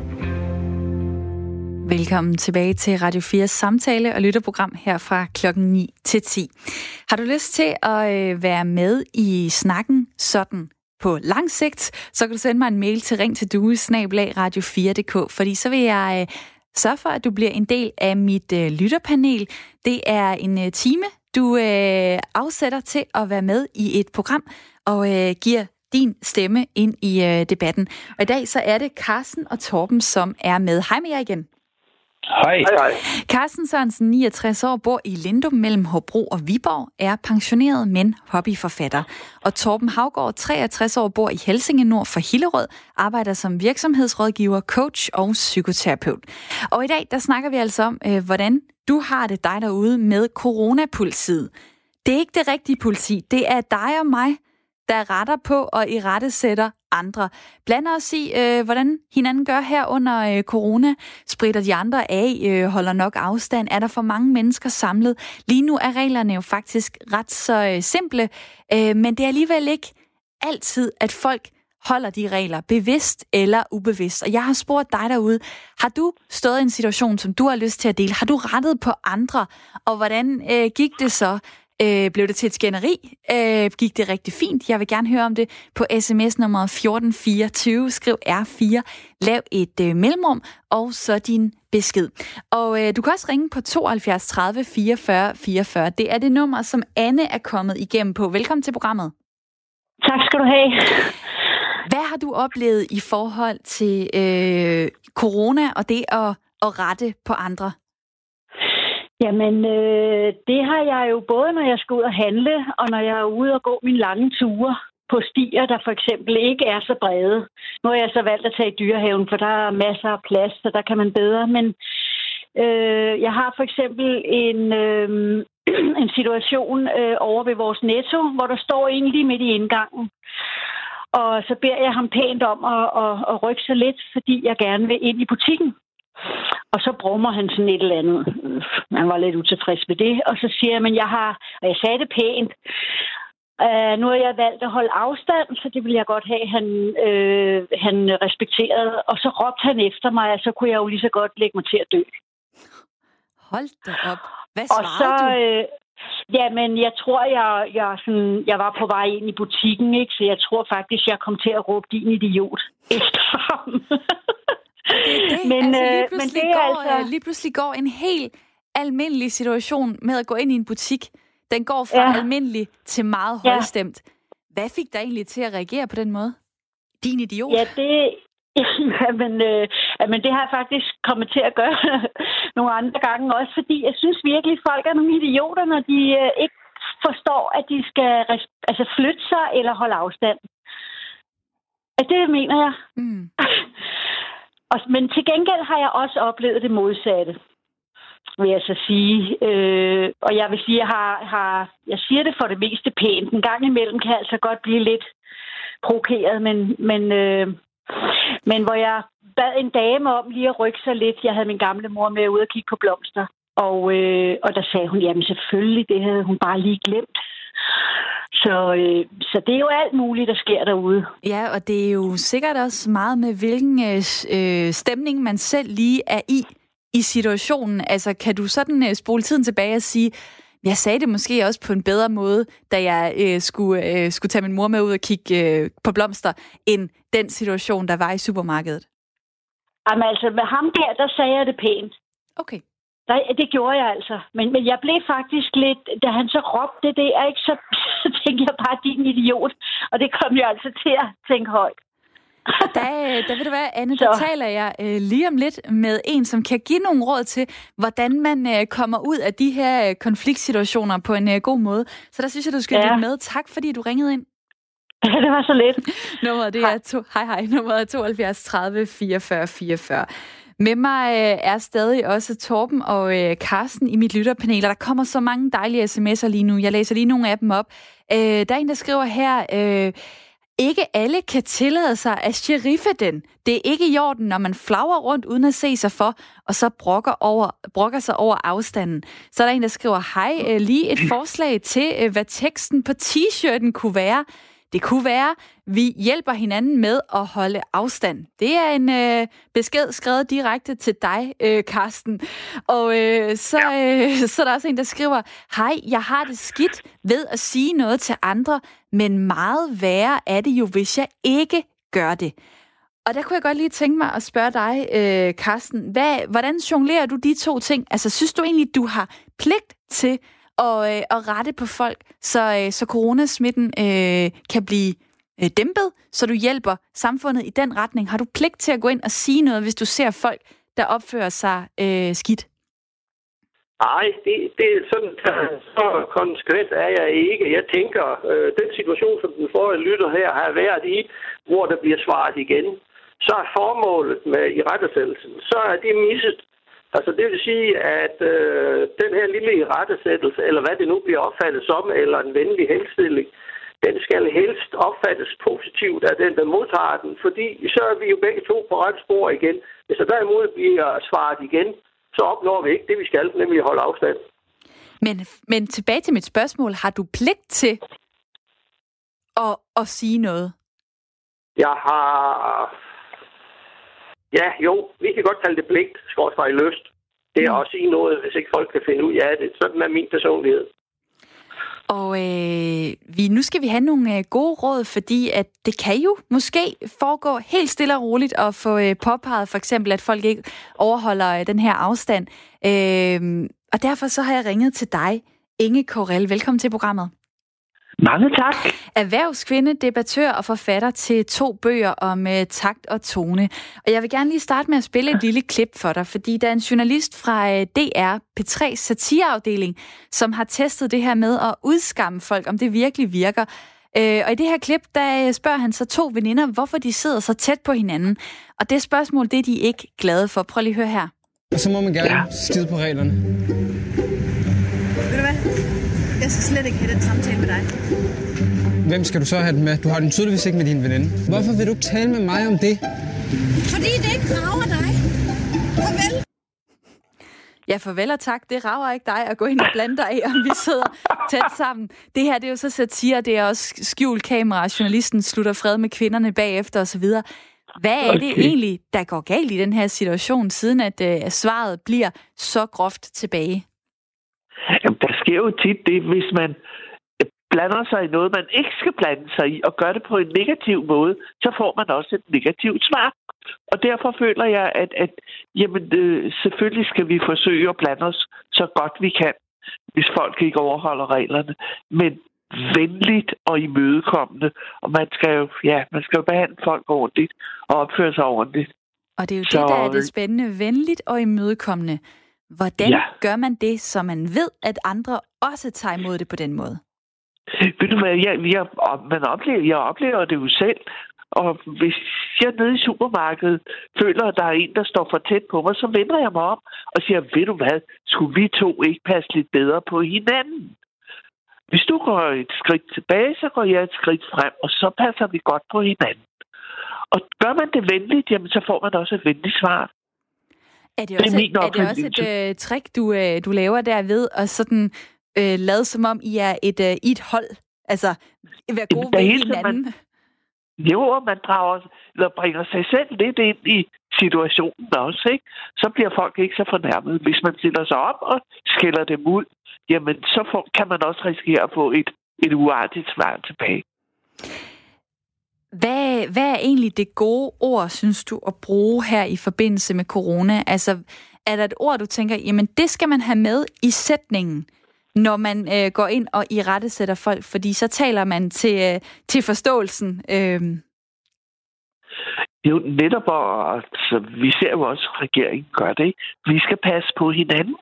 Velkommen tilbage til Radio fires samtale- og lytterprogram her fra klokken ni til ti. Har du lyst til at øh, være med i snakken sådan på lang sigt, så kan du sende mig en mail til ring til due snabel-a radio fire punktum d k, fordi så vil jeg øh, sørge for, at du bliver en del af mit øh, lytterpanel. Det er en øh, time, du øh, afsætter til at være med i et program og øh, giver din stemme ind i øh, debatten. Og i dag så er det Carsten og Torben, som er med. Hej med jer igen. Hej. Hej, hej. Carsten Sørensen, niogtres år, bor i Lindum mellem Hobro og Viborg, er pensioneret, men hobbyforfatter. Og Torben Haugaard, treogtres år, bor i Helsinge nord for Hillerød, arbejder som virksomhedsrådgiver, coach og psykoterapeut. Og i dag, der snakker vi altså om, øh, hvordan du har det dig derude med coronapolitiet. Det er ikke det rigtige politi, det er dig og mig, der retter på og irettesætter andre. Blander os i, øh, hvordan hinanden gør her under øh, corona. Spritter de andre af, øh, holder nok afstand. Er der for mange mennesker samlet? Lige nu er reglerne jo faktisk ret så øh, simple, øh, men det er alligevel ikke altid, at folk holder de regler, bevidst eller ubevidst. Og jeg har spurgt dig derude, har du stået i en situation, som du har lyst til at dele? Har du rettet på andre? Og hvordan øh, gik det så? Øh, blev det til et skænderi? Øh, gik det rigtig fint? Jeg vil gerne høre om det på sms nummer fjorten fireogtyve. Skriv R fire. Lav et øh, mellemrum, og så din besked. Og øh, du kan også ringe på tooghalvfjerds tredive fireogfyrre fireogfyrre. Det er det nummer, som Anne er kommet igennem på. Velkommen til programmet. Tak skal du have. Hvad har du oplevet i forhold til øh, corona og det at, at rette på andre? Jamen, øh, det har jeg jo både, når jeg skal ud og handle, og når jeg er ude og gå mine lange ture på stier, der for eksempel ikke er så brede. Nu har jeg så valgt at tage i Dyrehaven, for der er masser af plads, så der kan man bedre. Men øh, jeg har for eksempel en, øh, en situation øh, over ved vores Netto, hvor der står en lige midt i indgangen. Og så beder jeg ham pænt om at, at, at rykke sig lidt, fordi jeg gerne vil ind i butikken. Og så brummer han sådan et eller andet. Han var lidt utilfreds med det. Og så siger jeg, men jeg har... Og jeg sagde det pænt. Uh, nu har jeg valgt at holde afstand, så det ville jeg godt have, han, øh, han respekterede. Og så råbte han efter mig, og så kunne jeg jo lige så godt lægge mig til at dø. Hold da op. Hvad svarede og så, du? Øh, jamen, jeg tror, jeg, jeg, sådan, jeg var på vej ind i butikken, ikke? Så jeg tror faktisk, jeg kom til at råbe din idiot efter ham. Det det. Men, altså, lige, pludselig men det går, altså... lige pludselig går en helt almindelig situation med at gå ind i en butik. Den går fra ja. almindelig til meget højstemt. Ja. Hvad fik dig egentlig til at reagere på den måde? Din idiot? Ja, det, jamen, øh, men det har jeg faktisk kommet til at gøre nogle andre gange også, fordi jeg synes virkelig, at folk er nogle idioter, når de øh, ikke forstår, at de skal altså, flytte sig eller holde afstand. Det mener jeg. Mm. Og, men til gengæld har jeg også oplevet det modsatte, vil jeg så sige. Øh, og jeg vil sige, jeg har, har, jeg siger det for det meste pænt. En gang imellem kan jeg altså godt blive lidt provokeret, men, men, øh, men hvor jeg bad en dame om lige at rykke sig lidt. Jeg havde min gamle mor med ude og kigge på blomster, og, øh, og der sagde hun, jamen selvfølgelig, det havde hun bare lige glemt. Så, øh, så det er jo alt muligt, der sker derude. Ja, og det er jo sikkert også meget med, hvilken øh, stemning man selv lige er i i situationen. Altså, kan du sådan øh, spole tiden tilbage og sige, jeg sagde det måske også på en bedre måde, da jeg øh, skulle, øh, skulle tage min mor med ud og kigge øh, på blomster, end den situation, der var i supermarkedet? Jamen altså, med ham der, der sagde jeg det pænt. Okay. Nej, det gjorde jeg altså. Men, men jeg blev faktisk lidt, da han så råbte det der, ikke, så, så tænkte jeg bare, din idiot. Og det kom jeg altså til at tænke højt. Der, der vil du være, Anne, der taler jeg øh, lige om lidt med en, som kan give nogle råd til, hvordan man øh, kommer ud af de her øh, konfliktsituationer på en øh, god måde. Så der synes jeg, du skal ja. lytte med. Tak, fordi du ringede ind. Ja, det var så lidt. Nummeret, det er to, hej hej, nummeret er tooghalvfjerds tredive fireogfyrre fireogfyrre. Med mig øh, er stadig også Torben og øh, Karsten i mit lytterpanel, og der kommer så mange dejlige sms'er lige nu. Jeg læser lige nogle af dem op. Øh, der er en, der skriver her, øh, ikke alle kan tillade sig at sheriffe den. Det er ikke i orden, når man flagrer rundt uden at se sig for, og så brokker, over, brokker sig over afstanden. Så er der en, der skriver, hej, øh, lige et forslag til, øh, hvad teksten på t-shirten kunne være. Det kunne være, vi hjælper hinanden med at holde afstand. Det er en øh, besked skrevet direkte til dig, øh, Karsten. Og øh, så, øh, så er der også en, der skriver, hej, jeg har det skidt ved at sige noget til andre, men meget værre er det jo, hvis jeg ikke gør det. Og der kunne jeg godt lige tænke mig at spørge dig, øh, Karsten, hvad, hvordan jonglerer du de to ting? Altså, synes du egentlig, du har pligt til Og, øh, og rette på folk, så, øh, så coronasmitten øh, kan blive øh, dæmpet, så du hjælper samfundet i den retning? Har du pligt til at gå ind og sige noget, hvis du ser folk, der opfører sig øh, skidt? Nej, det, det er sådan, så konsekvent er jeg ikke. Jeg tænker, øh, den situation, som den forrige lytter her har været i, hvor der bliver svaret igen, så er formålet med irettesættelsen, så er det misset. Altså det vil sige, at øh, den her lille irettesættelse, eller hvad det nu bliver opfattet som, eller en venlig henstilling, den skal helst opfattes positivt af den, der modtager den, fordi så er vi jo begge to på ret spor igen. Hvis der derimod bliver svaret igen, så opnår vi ikke det, vi skal, nemlig at holde afstand. Men, men tilbage til mit spørgsmål. Har du pligt til at, at sige noget? Jeg har... Ja, jo, vi kan godt kalde det pligt, skråstreg i lyst. Det er mm. at sige noget, hvis ikke folk kan finde ud af det. Sådan er min personlighed. Og øh, vi, nu skal vi have nogle øh, gode råd, fordi at det kan jo måske foregå helt stille og roligt at få øh, påpeget for eksempel, at folk ikke overholder øh, den her afstand. Øh, og derfor så har jeg ringet til dig, Inge Korel. Velkommen til programmet. Mange tak. Erhvervskvinde, debattør og forfatter til to bøger om uh, takt og tone. Og jeg vil gerne lige starte med at spille et lille klip for dig, fordi der er en journalist fra uh, D R P tre's satireafdeling, som har testet det her med at udskamme folk, om det virkelig virker. Uh, og i det her klip, der spørger han så to veninder, hvorfor de sidder så tæt på hinanden. Og det spørgsmål, det er de ikke glade for. Prøv lige at høre her. Og så må man gerne ja. skide på reglerne. Ved du hvad? Jeg skal slet ikke have den samtale med dig. Hvem skal du så have den med? Du har den tydeligvis ikke med din veninde. Hvorfor vil du ikke tale med mig om det? Fordi det ikke rager dig. Farvel. Ja, farvel og tak. Det rager ikke dig at gå ind og blande dig i, om vi sidder tæt sammen. Det her, det er jo så satire, det er også skjult kamera. Journalisten slutter fred med kvinderne bagefter osv. Hvad er okay. det egentlig, der går galt i den her situation, siden at uh, svaret bliver så groft tilbage? Jamen, der sker jo tit det, hvis man blander sig i noget, man ikke skal blande sig i, og gør det på en negativ måde, så får man også et negativt svar. Og derfor føler jeg, at, at jamen, øh, selvfølgelig skal vi forsøge at blande os så godt vi kan, hvis folk ikke overholder reglerne. Men venligt og imødekommende. Og man skal jo, ja, man skal jo behandle folk ordentligt og opføre sig ordentligt. Og det er jo så, det, der er det spændende. Venligt og imødekommende. Hvordan ja. gør man det, så man ved, at andre også tager imod det på den måde? Ved du hvad, jeg, jeg, man oplever, jeg oplever det jo selv, Og hvis jeg nede i supermarkedet føler, at der er en, der står for tæt på mig, så vender jeg mig om og siger, ved du hvad, skulle vi to ikke passe lidt bedre på hinanden? Hvis du går et skridt tilbage, så går jeg et skridt frem, og så passer vi godt på hinanden. Og gør man det venligt, jamen, så får man også et venligt svar. Er det også, det er, er det også et øh, trick, du, øh, du laver derved, og sådan øh, lade som om, I er et, øh, et hold? Altså, være gode ved hinanden? Man, jo, man drager, eller bringer sig selv lidt ind i situationen også, ikke? Så bliver folk ikke så fornærmet. Hvis man stiller sig op og skælder dem ud, jamen, så får, kan man også risikere at få et, et uartigt svar tilbage. Hvad, hvad er egentlig det gode ord, synes du, at bruge her i forbindelse med corona? Altså, er der et ord, du tænker, jamen det skal man have med i sætningen, når man øh, går ind og irettesætter folk, fordi så taler man til, øh, til forståelsen. Øh. Jo, netop, og altså, vi ser jo også, at regeringen gør det. Vi skal passe på hinanden.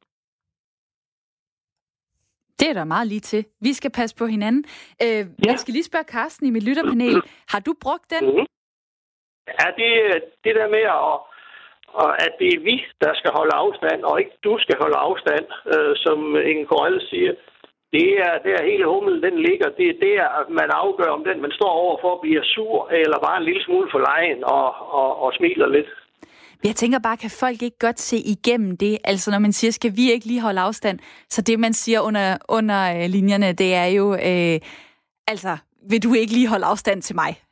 Det er der meget lige til. Vi skal passe på hinanden. Øh, ja. Jeg skal lige spørge Carsten i mit lytterpanel. Har du brugt den? Mm-hmm. Ja, det, det der med, at, at det er vi, der skal holde afstand, og ikke du skal holde afstand, øh, som Inge Korrell siger. Det er der hele humlen, den ligger. Det er der, man afgør, om den, man står overfor, bliver sur, eller bare en lille smule forlegen og, og, og smiler lidt. Jeg tænker bare, kan folk ikke godt se igennem det? Altså når man siger, skal vi ikke lige holde afstand? Så det, man siger under, under linjerne, det er jo, øh, altså, vil du ikke lige holde afstand til mig?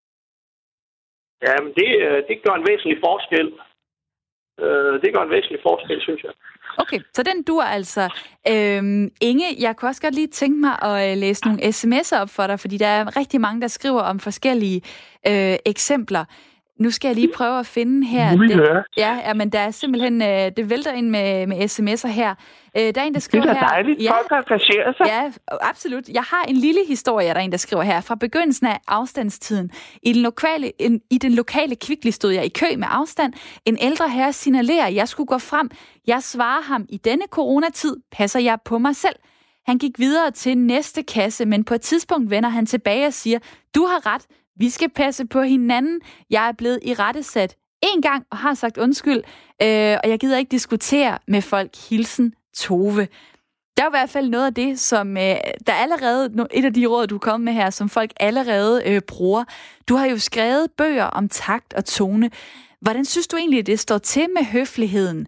Jamen, det, det gør en væsentlig forskel. Det gør en væsentlig forskel, synes jeg. Okay, så den dur altså. Øhm, Inge, jeg kunne også godt lige tænke mig at læse nogle sms'er op for dig, fordi der er rigtig mange, der skriver om forskellige øh, eksempler. Nu skal jeg lige prøve at finde her. Det, ja, ja, men der er simpelthen, øh, det vælter ind med, med sms'er her. Øh, der er en, der skriver her. Det er da dejligt, ja, folk engagerer sig. Ja, absolut. Jeg har en lille historie, der er en, der skriver her. Fra begyndelsen af afstandstiden. I den lokale, en, i den lokale Kvickly stod jeg i kø med afstand. En ældre herre signalerer, at jeg skulle gå frem. Jeg svarer ham, i denne coronatid passer jeg på mig selv. Han gik videre til næste kasse, men på et tidspunkt vender han tilbage og siger, du har ret. Vi skal passe på hinanden. Jeg er blevet irettesat en gang og har sagt undskyld, øh, og jeg gider ikke diskutere med folk. Hilsen Tove. Der er i hvert fald noget af det, som øh, der er allerede, et af de råd, du er kommet med her, som folk allerede øh, bruger. Du har jo skrevet bøger om takt og tone. Hvordan synes du egentlig, det står til med høfligheden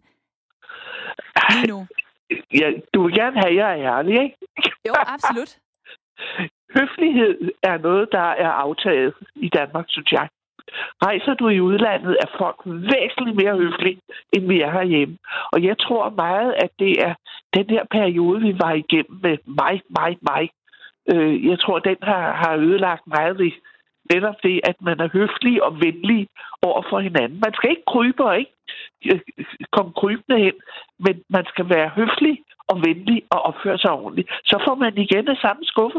lige nu? Ja, du vil gerne have, at jeg er ærlig, ikke? Jo, absolut. Høflighed er noget, der er aftaget i Danmark, synes jeg. Rejser du i udlandet, er folk væsentligt mere høflige, end vi er herhjemme. Og jeg tror meget, at det er den her periode, vi var igennem med mig, mig, mig. Jeg tror, den har, har ødelagt meget ved netop det, at man er høflig og venlig over for hinanden. Man skal ikke krybe og ikke komme krybende hen, men man skal være høflig og venlig og opføre sig ordentligt. Så får man igen det samme skuffe.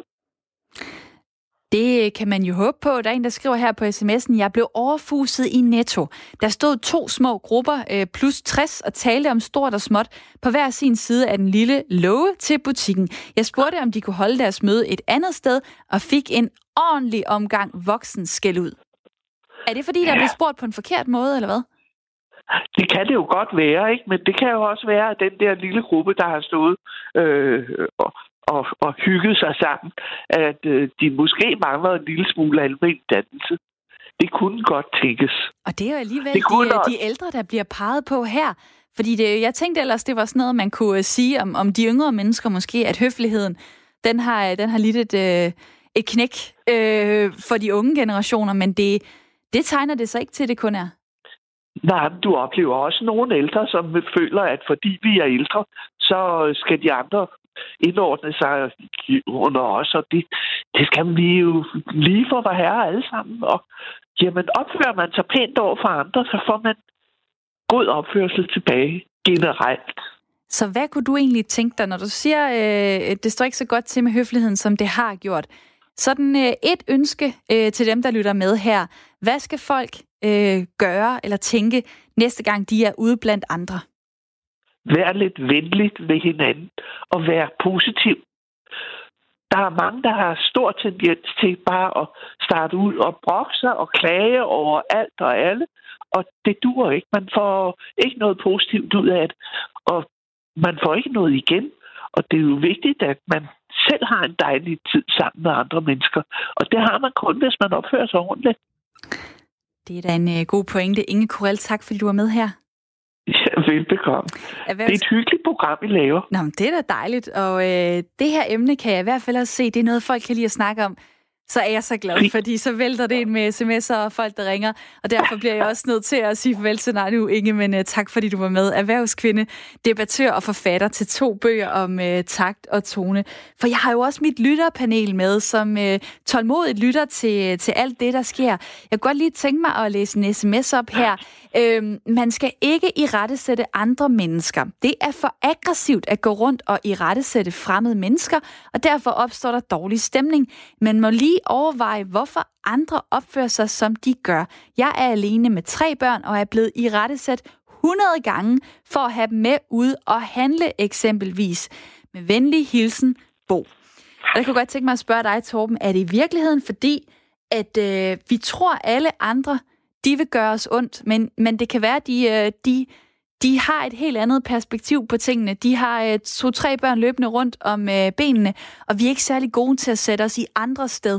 Det kan man jo håbe på. Der er en, der skriver her på sms'en, jeg blev overfuset i Netto. Der stod to små grupper plus tres og talte om stort og småt på hver sin side af den lille låge til butikken. Jeg spurgte, om de kunne holde deres møde et andet sted og fik en ordentlig omgang voksen skæld ud. Er det fordi, der ja. blev spurgt på en forkert måde, eller hvad? Det kan det jo godt være, ikke? Men det kan jo også være, at den der lille gruppe, der har stået øh, og Og, og hygget sig sammen, at øh, de måske mangler en lille smule almen dannelse. Det kunne godt tænkes. Og det er jo alligevel de, de ældre, der bliver peget på her. Fordi det, jeg tænkte ellers, det var sådan noget, man kunne sige om, om de yngre mennesker måske, at høfligheden, den har, den har lidt et, øh, et knæk øh, for de unge generationer, men det, det tegner det så ikke til, det kun er. Nej, du oplever også nogle ældre, som føler, at fordi vi er ældre, så skal de andre indordne sig under os, og det, det skal vi jo lige for være herre alle sammen. Og jamen, opfører man sig pænt over for andre, så får man god opførsel tilbage generelt. Så hvad kunne du egentlig tænke dig, når du siger, øh, det står ikke så godt til med høfligheden, som det har gjort? Sådan øh, et ønske øh, til dem, der lytter med her. Hvad skal folk øh, gøre eller tænke næste gang, de er ude blandt andre? Vær lidt venligt ved hinanden og vær positiv. der er mange, der har stor tendens til bare at starte ud og brokke sig og klage over alt og alle. Og det duer ikke. Man får ikke noget positivt ud af det. Og man får ikke noget igen. Og det er jo vigtigt, at man selv har en dejlig tid sammen med andre mennesker. Og det har man kun, hvis man opfører sig ordentligt. Det er da en uh, god pointe. Inge Kurell, tak fordi du var med her. Ja, velbekomme. Erhvervs... Det er et hyggeligt program, I laver. Nå, men det er da dejligt. Og øh, det her emne kan jeg i hvert fald også se, det er noget, folk kan lide at snakke om. Så er jeg så glad, fordi så vælter det ind med sms'er og folk, der ringer. Og derfor bliver jeg også nødt til at sige farvel til dig nu, Inge, men uh, tak fordi du var med. Erhvervskvinde, debattør og forfatter til to bøger om uh, takt og tone. For jeg har jo også mit lytterpanel med, som uh, tålmodigt lytter til, til alt det, der sker. Jeg kunne godt lige tænke mig at læse en sms op her. Øhm, man skal ikke irettesætte andre mennesker. Det er for aggressivt at gå rundt og irettesætte fremmede mennesker, og derfor opstår der dårlig stemning. Man må lige overveje, hvorfor andre opfører sig, som de gør. Jeg er alene med tre børn, og er blevet irettesat hundrede gange for at have dem med ude og handle eksempelvis. Med venlig hilsen, Bo. Og jeg kunne godt tænke mig at spørge dig, Torben, er det i virkeligheden fordi, at øh, vi tror alle andre, de vil gøre os ondt, men, men det kan være, at de, de, de har et helt andet perspektiv på tingene. De har to-tre børn løbende rundt om benene, og vi er ikke særlig gode til at sætte os i andre sted.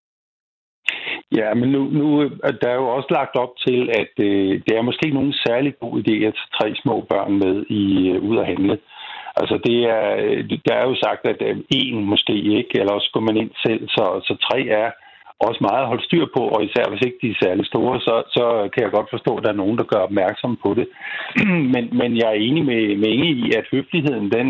Ja, men nu, nu der er jo også lagt op til, at øh, det er måske ikke nogen særlig god idé at tage tre små børn med i øh, ud at handle. Altså, det er, der er jo sagt, at øh, en måske ikke, eller også går man ind selv, så, så tre er også meget at holde styr på, og især hvis ikke de er særlig store, så, så kan jeg godt forstå, at der er nogen, der gør opmærksom på det. men, men jeg er enig med, med Inge i, at høfligheden, den,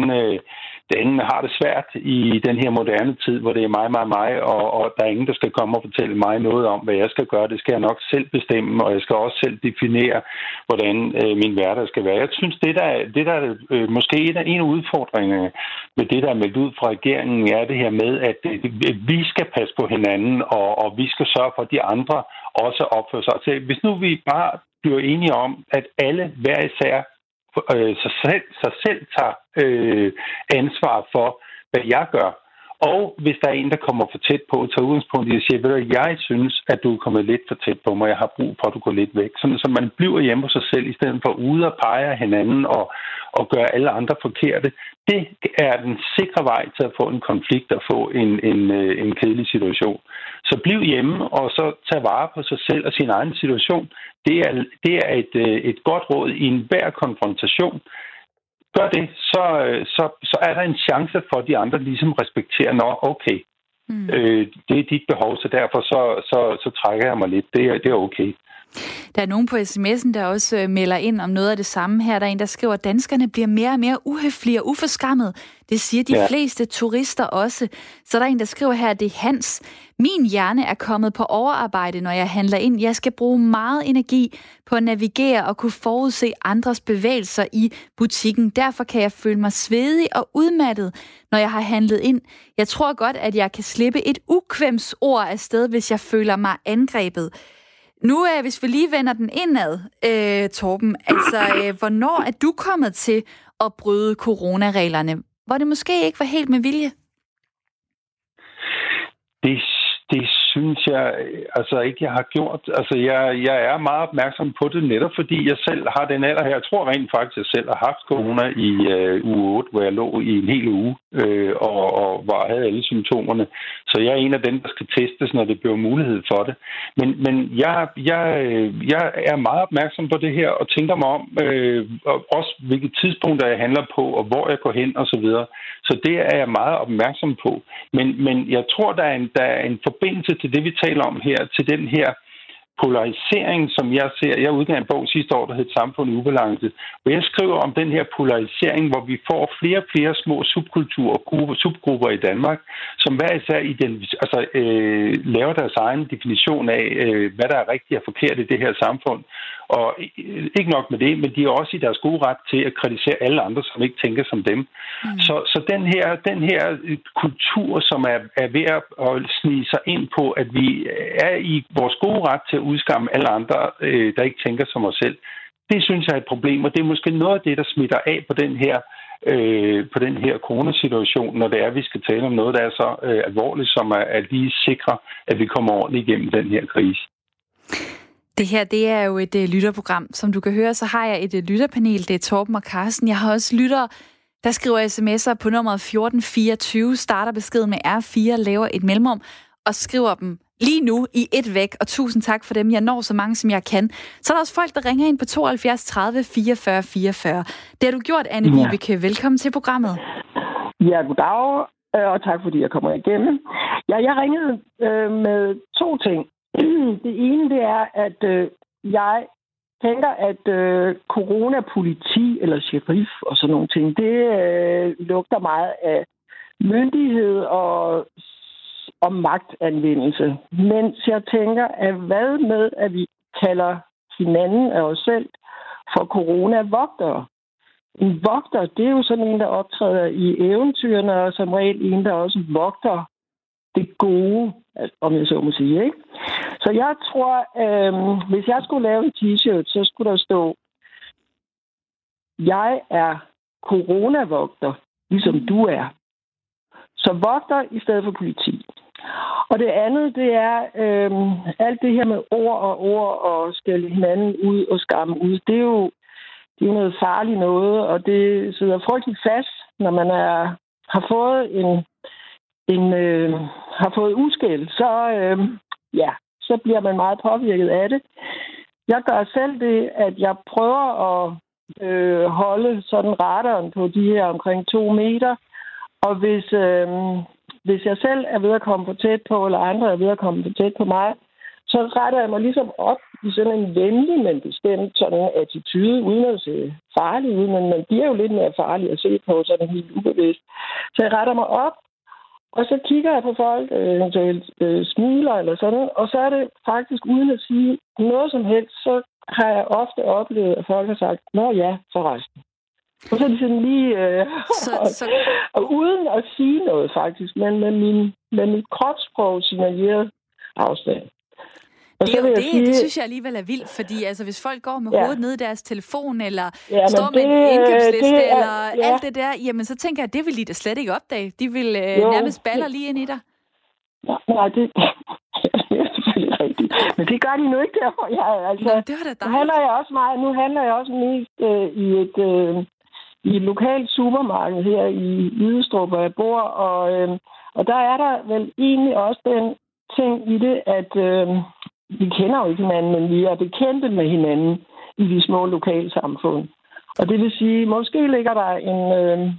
den har det svært i den her moderne tid, hvor det er mig, mig, mig, og, og der er ingen, der skal komme og fortælle mig noget om, hvad jeg skal gøre. Det skal jeg nok selv bestemme, og jeg skal også selv definere, hvordan øh, min hverdag skal være. Jeg synes, det der, det der øh, måske en af, en af udfordringerne med det, der er meldt ud fra regeringen, er det her med, at øh, vi skal passe på hinanden, og, og vi skal sørge for, at de andre også opfører sig. Så hvis nu vi bare bliver enige om, at alle hver især øh, sig, selv, sig selv tager øh, ansvar for, hvad jeg gør, og hvis der er en, der kommer for tæt på, tager udgangspunkt i at sige, ved du, jeg synes, at du er kommet lidt for tæt på mig, jeg har brug for, at du går lidt væk. Sådan, så man bliver hjemme hos sig selv, i stedet for ude og pege hinanden og, og gøre alle andre forkerte. Det er den sikre vej til at få en konflikt og få en, en, en kedelig situation. Så bliv hjemme, og så tag vare på sig selv og sin egen situation. Det er, det er et, et godt råd i enhver konfrontation. Gør det, så, så, så er der en chance for, at de andre ligesom respekterer, nå, okay, mm. øh, det er dit behov, så derfor så, så, så trækker jeg mig lidt. Det er, det er okay. Der er nogen på sms'en, der også melder ind om noget af det samme her. Der er en, der skriver, at danskerne bliver mere og mere uhøflige og uforskammet. Det siger de ja. fleste turister også. Så der er en, der skriver her, at det er Hans. Min hjerne er kommet på overarbejde, når jeg handler ind. Jeg skal bruge meget energi på at navigere og kunne forudse andres bevægelser i butikken. Derfor kan jeg føle mig svedig og udmattet, når jeg har handlet ind. Jeg tror godt, at jeg kan slippe et ukvemsord afsted, hvis jeg føler mig angrebet. Nu, øh, hvis vi lige vender den indad, øh, Torben, altså, øh, hvornår er du kommet til at bryde coronareglerne, hvor det måske ikke var helt med vilje? Det, det synes jeg altså ikke, jeg har gjort. Altså, jeg, jeg er meget opmærksom på det, netop fordi jeg selv har den alder her. Jeg tror rent faktisk, at jeg selv har haft corona i øh, uge otte, hvor jeg lå i en hel uge øh, og, og var, havde alle symptomerne. Så jeg er en af dem, der skal testes, når det bliver mulighed for det. Men, men jeg, jeg, jeg er meget opmærksom på det her og tænker mig om, øh, også hvilke tidspunkter jeg handler på, og hvor jeg går hen osv. Så, så det er jeg meget opmærksom på. Men, men jeg tror, der er en, der er en forbindelse til det, vi taler om her, til den her polarisering, som jeg ser. Jeg udgav en bog sidste år, der hed Samfund i ubalance, hvor jeg skriver om den her polarisering, hvor vi får flere og flere små subkulturer og subgrupper i Danmark, som hver især altså, øh, laver deres egen definition af, øh, hvad der er rigtigt og forkert i det her samfund. Og ikke nok med det, men de er også i deres gode ret til at kritisere alle andre, som ikke tænker som dem. Mm. Så, så den her, den her kultur, som er, er ved at snige sig ind på, at vi er i vores gode ret til at udskamme alle andre, øh, der ikke tænker som os selv, det synes jeg er et problem, og det er måske noget af det, der smitter af på den her øh, på den her coronasituation, når det er, at vi skal tale om noget, der er så øh, alvorligt, som er, at vi sikrer, at vi kommer ordentligt igennem den her krise. Det her, det er jo et uh, lytterprogram. Som du kan høre, så har jeg et uh, lytterpanel. Det er Torben og Carsten. Jeg har også lyttere, der skriver sms'er på nummeret fjorten fireogtyve, starter beskeden med R fire, laver et mellemrum og skriver dem lige nu i et væk. Og tusind tak for dem. Jeg når så mange, som jeg kan. Så er der også folk, der ringer ind på tooghalvfjerds tredive fireogfyrre fireogfyrre. Det har du gjort, Anne Vibeke. Ja. Velkommen til programmet. Ja, goddag, og tak fordi jeg kommer igennem. Ja, jeg ringede øh, med to ting. Det ene, det er, at øh, jeg tænker, at øh, coronapoliti eller sheriff og sådan nogle ting, det øh, lugter meget af myndighed og, og magtanvendelse. Mens jeg tænker, at hvad med, at vi kalder hinanden af os selv for coronavogtere? En vogter, det er jo sådan en, der optræder i eventyrene, og som regel en, der også vogter det gode, om jeg så må sige, ikke? Så jeg tror, øh, hvis jeg skulle lave en t-shirt, så skulle der stå, jeg er coronavogter, ligesom du er. Så vogter i stedet for politi. Og det andet, det er øh, alt det her med ord og ord og skælde hinanden ud og skamme ud. Det er jo, det er jo noget farligt noget, og det sidder frygteligt fast, når man er, har fået en En, øh, har fået uskæld, så, øh, ja, så bliver man meget påvirket af det. Jeg gør selv det, at jeg prøver at øh, holde sådan radaren på de her omkring to meter. Og hvis, øh, hvis jeg selv er ved at komme for tæt på, eller andre er ved at komme for tæt på mig, så retter jeg mig ligesom op i sådan en venlig, men bestemt sådan attitude, uden at se farlig ud. Men man bliver jo lidt mere farlig at se på, sådan helt ubevidst. Så jeg retter mig op, og så kigger jeg på folk, øh, eventuelt øh, smiler eller sådan, og så er det faktisk uden at sige noget som helst, så har jeg ofte oplevet, at folk har sagt, nå ja, forresten. Og så er det sådan lige, øh, så, og, så... og uden at sige noget faktisk, men med, min, med mit kropssprog signaleret afstand. Og det, er jo det, sige, det synes jeg alligevel er vildt, fordi altså, hvis folk går med ja. hovedet nede i deres telefon, eller ja, står det, med en indkøbsliste, det er, eller ja. alt det der, jamen så tænker jeg, at det vil de da slet ikke opdage. De vil øh, nærmest baller lige ind i dig. Nej, det, det er selvfølgelig rigtigt. Men det gør de nu ikke derfor. Jeg, altså, Nå, det var da dejligt. Nu handler jeg også meget, nu handler jeg også mest øh, i et... Øh, i et lokalt supermarked her i Idestrup, hvor jeg bor, og, øh, og der er der vel egentlig også den ting i det, at øh, vi kender jo ikke hinanden, men vi er bekendte med hinanden i de små lokalsamfund. Og det vil sige, måske ligger der en øh,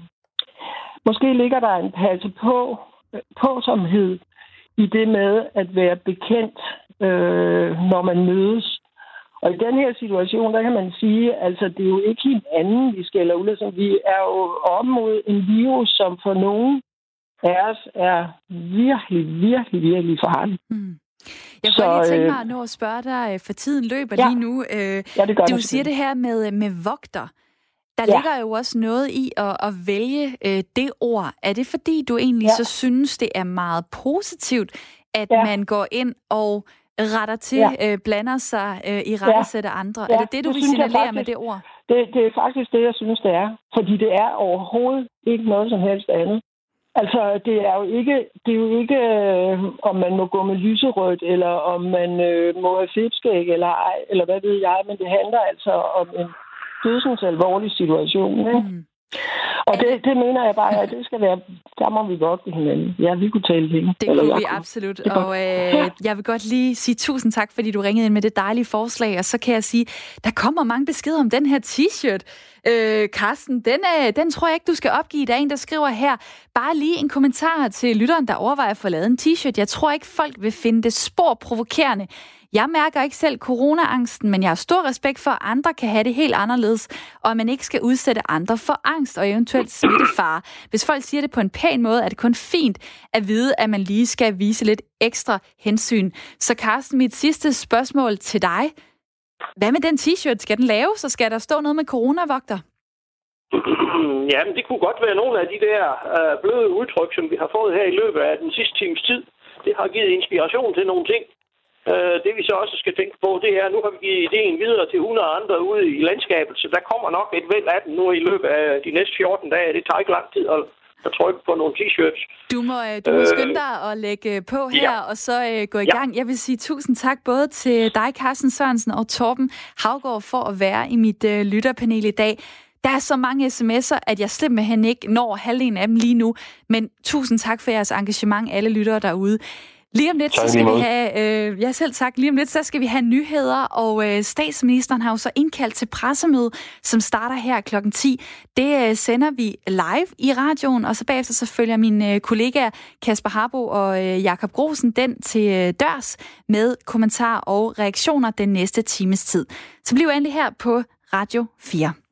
måske ligger der en passe på påsomhed i det med at være bekendt, øh, når man mødes. Og i den her situation, der kan man sige, altså det er jo ikke hinanden, vi skælder ud. Altså, vi er jo op mod en virus, som for nogen af os er virkelig, virkelig, virkelig farlig. Mm. Jeg kunne lige tænke mig at nå at spørge dig, for tiden løber ja. lige nu. Øh, ja, det gør du det, siger det her med, med vogter. Der ja. ligger jo også noget i at, at vælge øh, det ord. Er det fordi, du egentlig ja. så synes, det er meget positivt, at ja. man går ind og retter til, ja. øh, blander sig øh, i rettesæt af andre? Ja. Er det det, du det vil signalere faktisk, med det ord? Det, det er faktisk det, jeg synes, det er. Fordi det er overhovedet ikke noget som helst andet. Altså, det er jo ikke, det er jo ikke øh, om man må gå med lyserødt, eller om man øh, må have fedtskæg, eller ej, eller hvad ved jeg, men det handler altså om en dødsens alvorlig situation, ikke? Mm. Og det, det mener jeg bare, at det skal være, der må vi vogte hinanden. Ja, vi kunne tale penge. Det kunne vi absolut, og øh, jeg vil godt lige sige tusind tak, fordi du ringede ind med det dejlige forslag, og så kan jeg sige, der kommer mange beskeder om den her t-shirt. Øh, Carsten, den, øh, den tror jeg ikke, du skal opgive. Der er en, der skriver her, bare lige en kommentar til lytteren, der overvejer at få lavet en t-shirt. Jeg tror ikke, folk vil finde det spor provokerende. Jeg mærker ikke selv coronaangsten, men jeg har stor respekt for, at andre kan have det helt anderledes, og at man ikke skal udsætte andre for angst og eventuelt smittefare. Hvis folk siger det på en pæn måde, er det kun fint at vide, at man lige skal vise lidt ekstra hensyn. Så Carsten, mit sidste spørgsmål til dig. Hvad med den t-shirt? Skal den laves, så skal der stå noget med coronavogter? Jamen, det kunne godt være nogle af de der øh, bløde udtryk, som vi har fået her i løbet af den sidste times tid. Det har givet inspiration til nogle ting. Øh, det vi så også skal tænke på, det er, nu har vi givet ideen videre til hundrede andre ude i landskabet, så der kommer nok et væld af dem nu i løbet af de næste fjorten dage. Det tager ikke lang tid at, at trykke på nogle t-shirts. Du må, du må øh, skynde dig at lægge på her, ja. og så øh, gå i gang. Ja. Jeg vil sige tusind tak både til dig, Carsten Sørensen, og Torben Haugaard for at være i mit øh, lytterpanel i dag. Der er så mange sms'er, at jeg simpelthen ikke når halvdelen af dem lige nu. Men tusind tak for jeres engagement, alle lyttere derude. Lige om lidt, så skal vi have, øh, ja selv tak, lige om lidt, så skal vi have nyheder, og øh, statsministeren har jo så indkaldt til pressemøde, som starter her klokken ti. Det øh, sender vi live i radioen, og så bagefter så følger mine øh, kollegaer Kasper Harbo og øh, Jakob Grosen den til øh, dørs med kommentarer og reaktioner den næste times tid. Så bliv endelig her på Radio fire.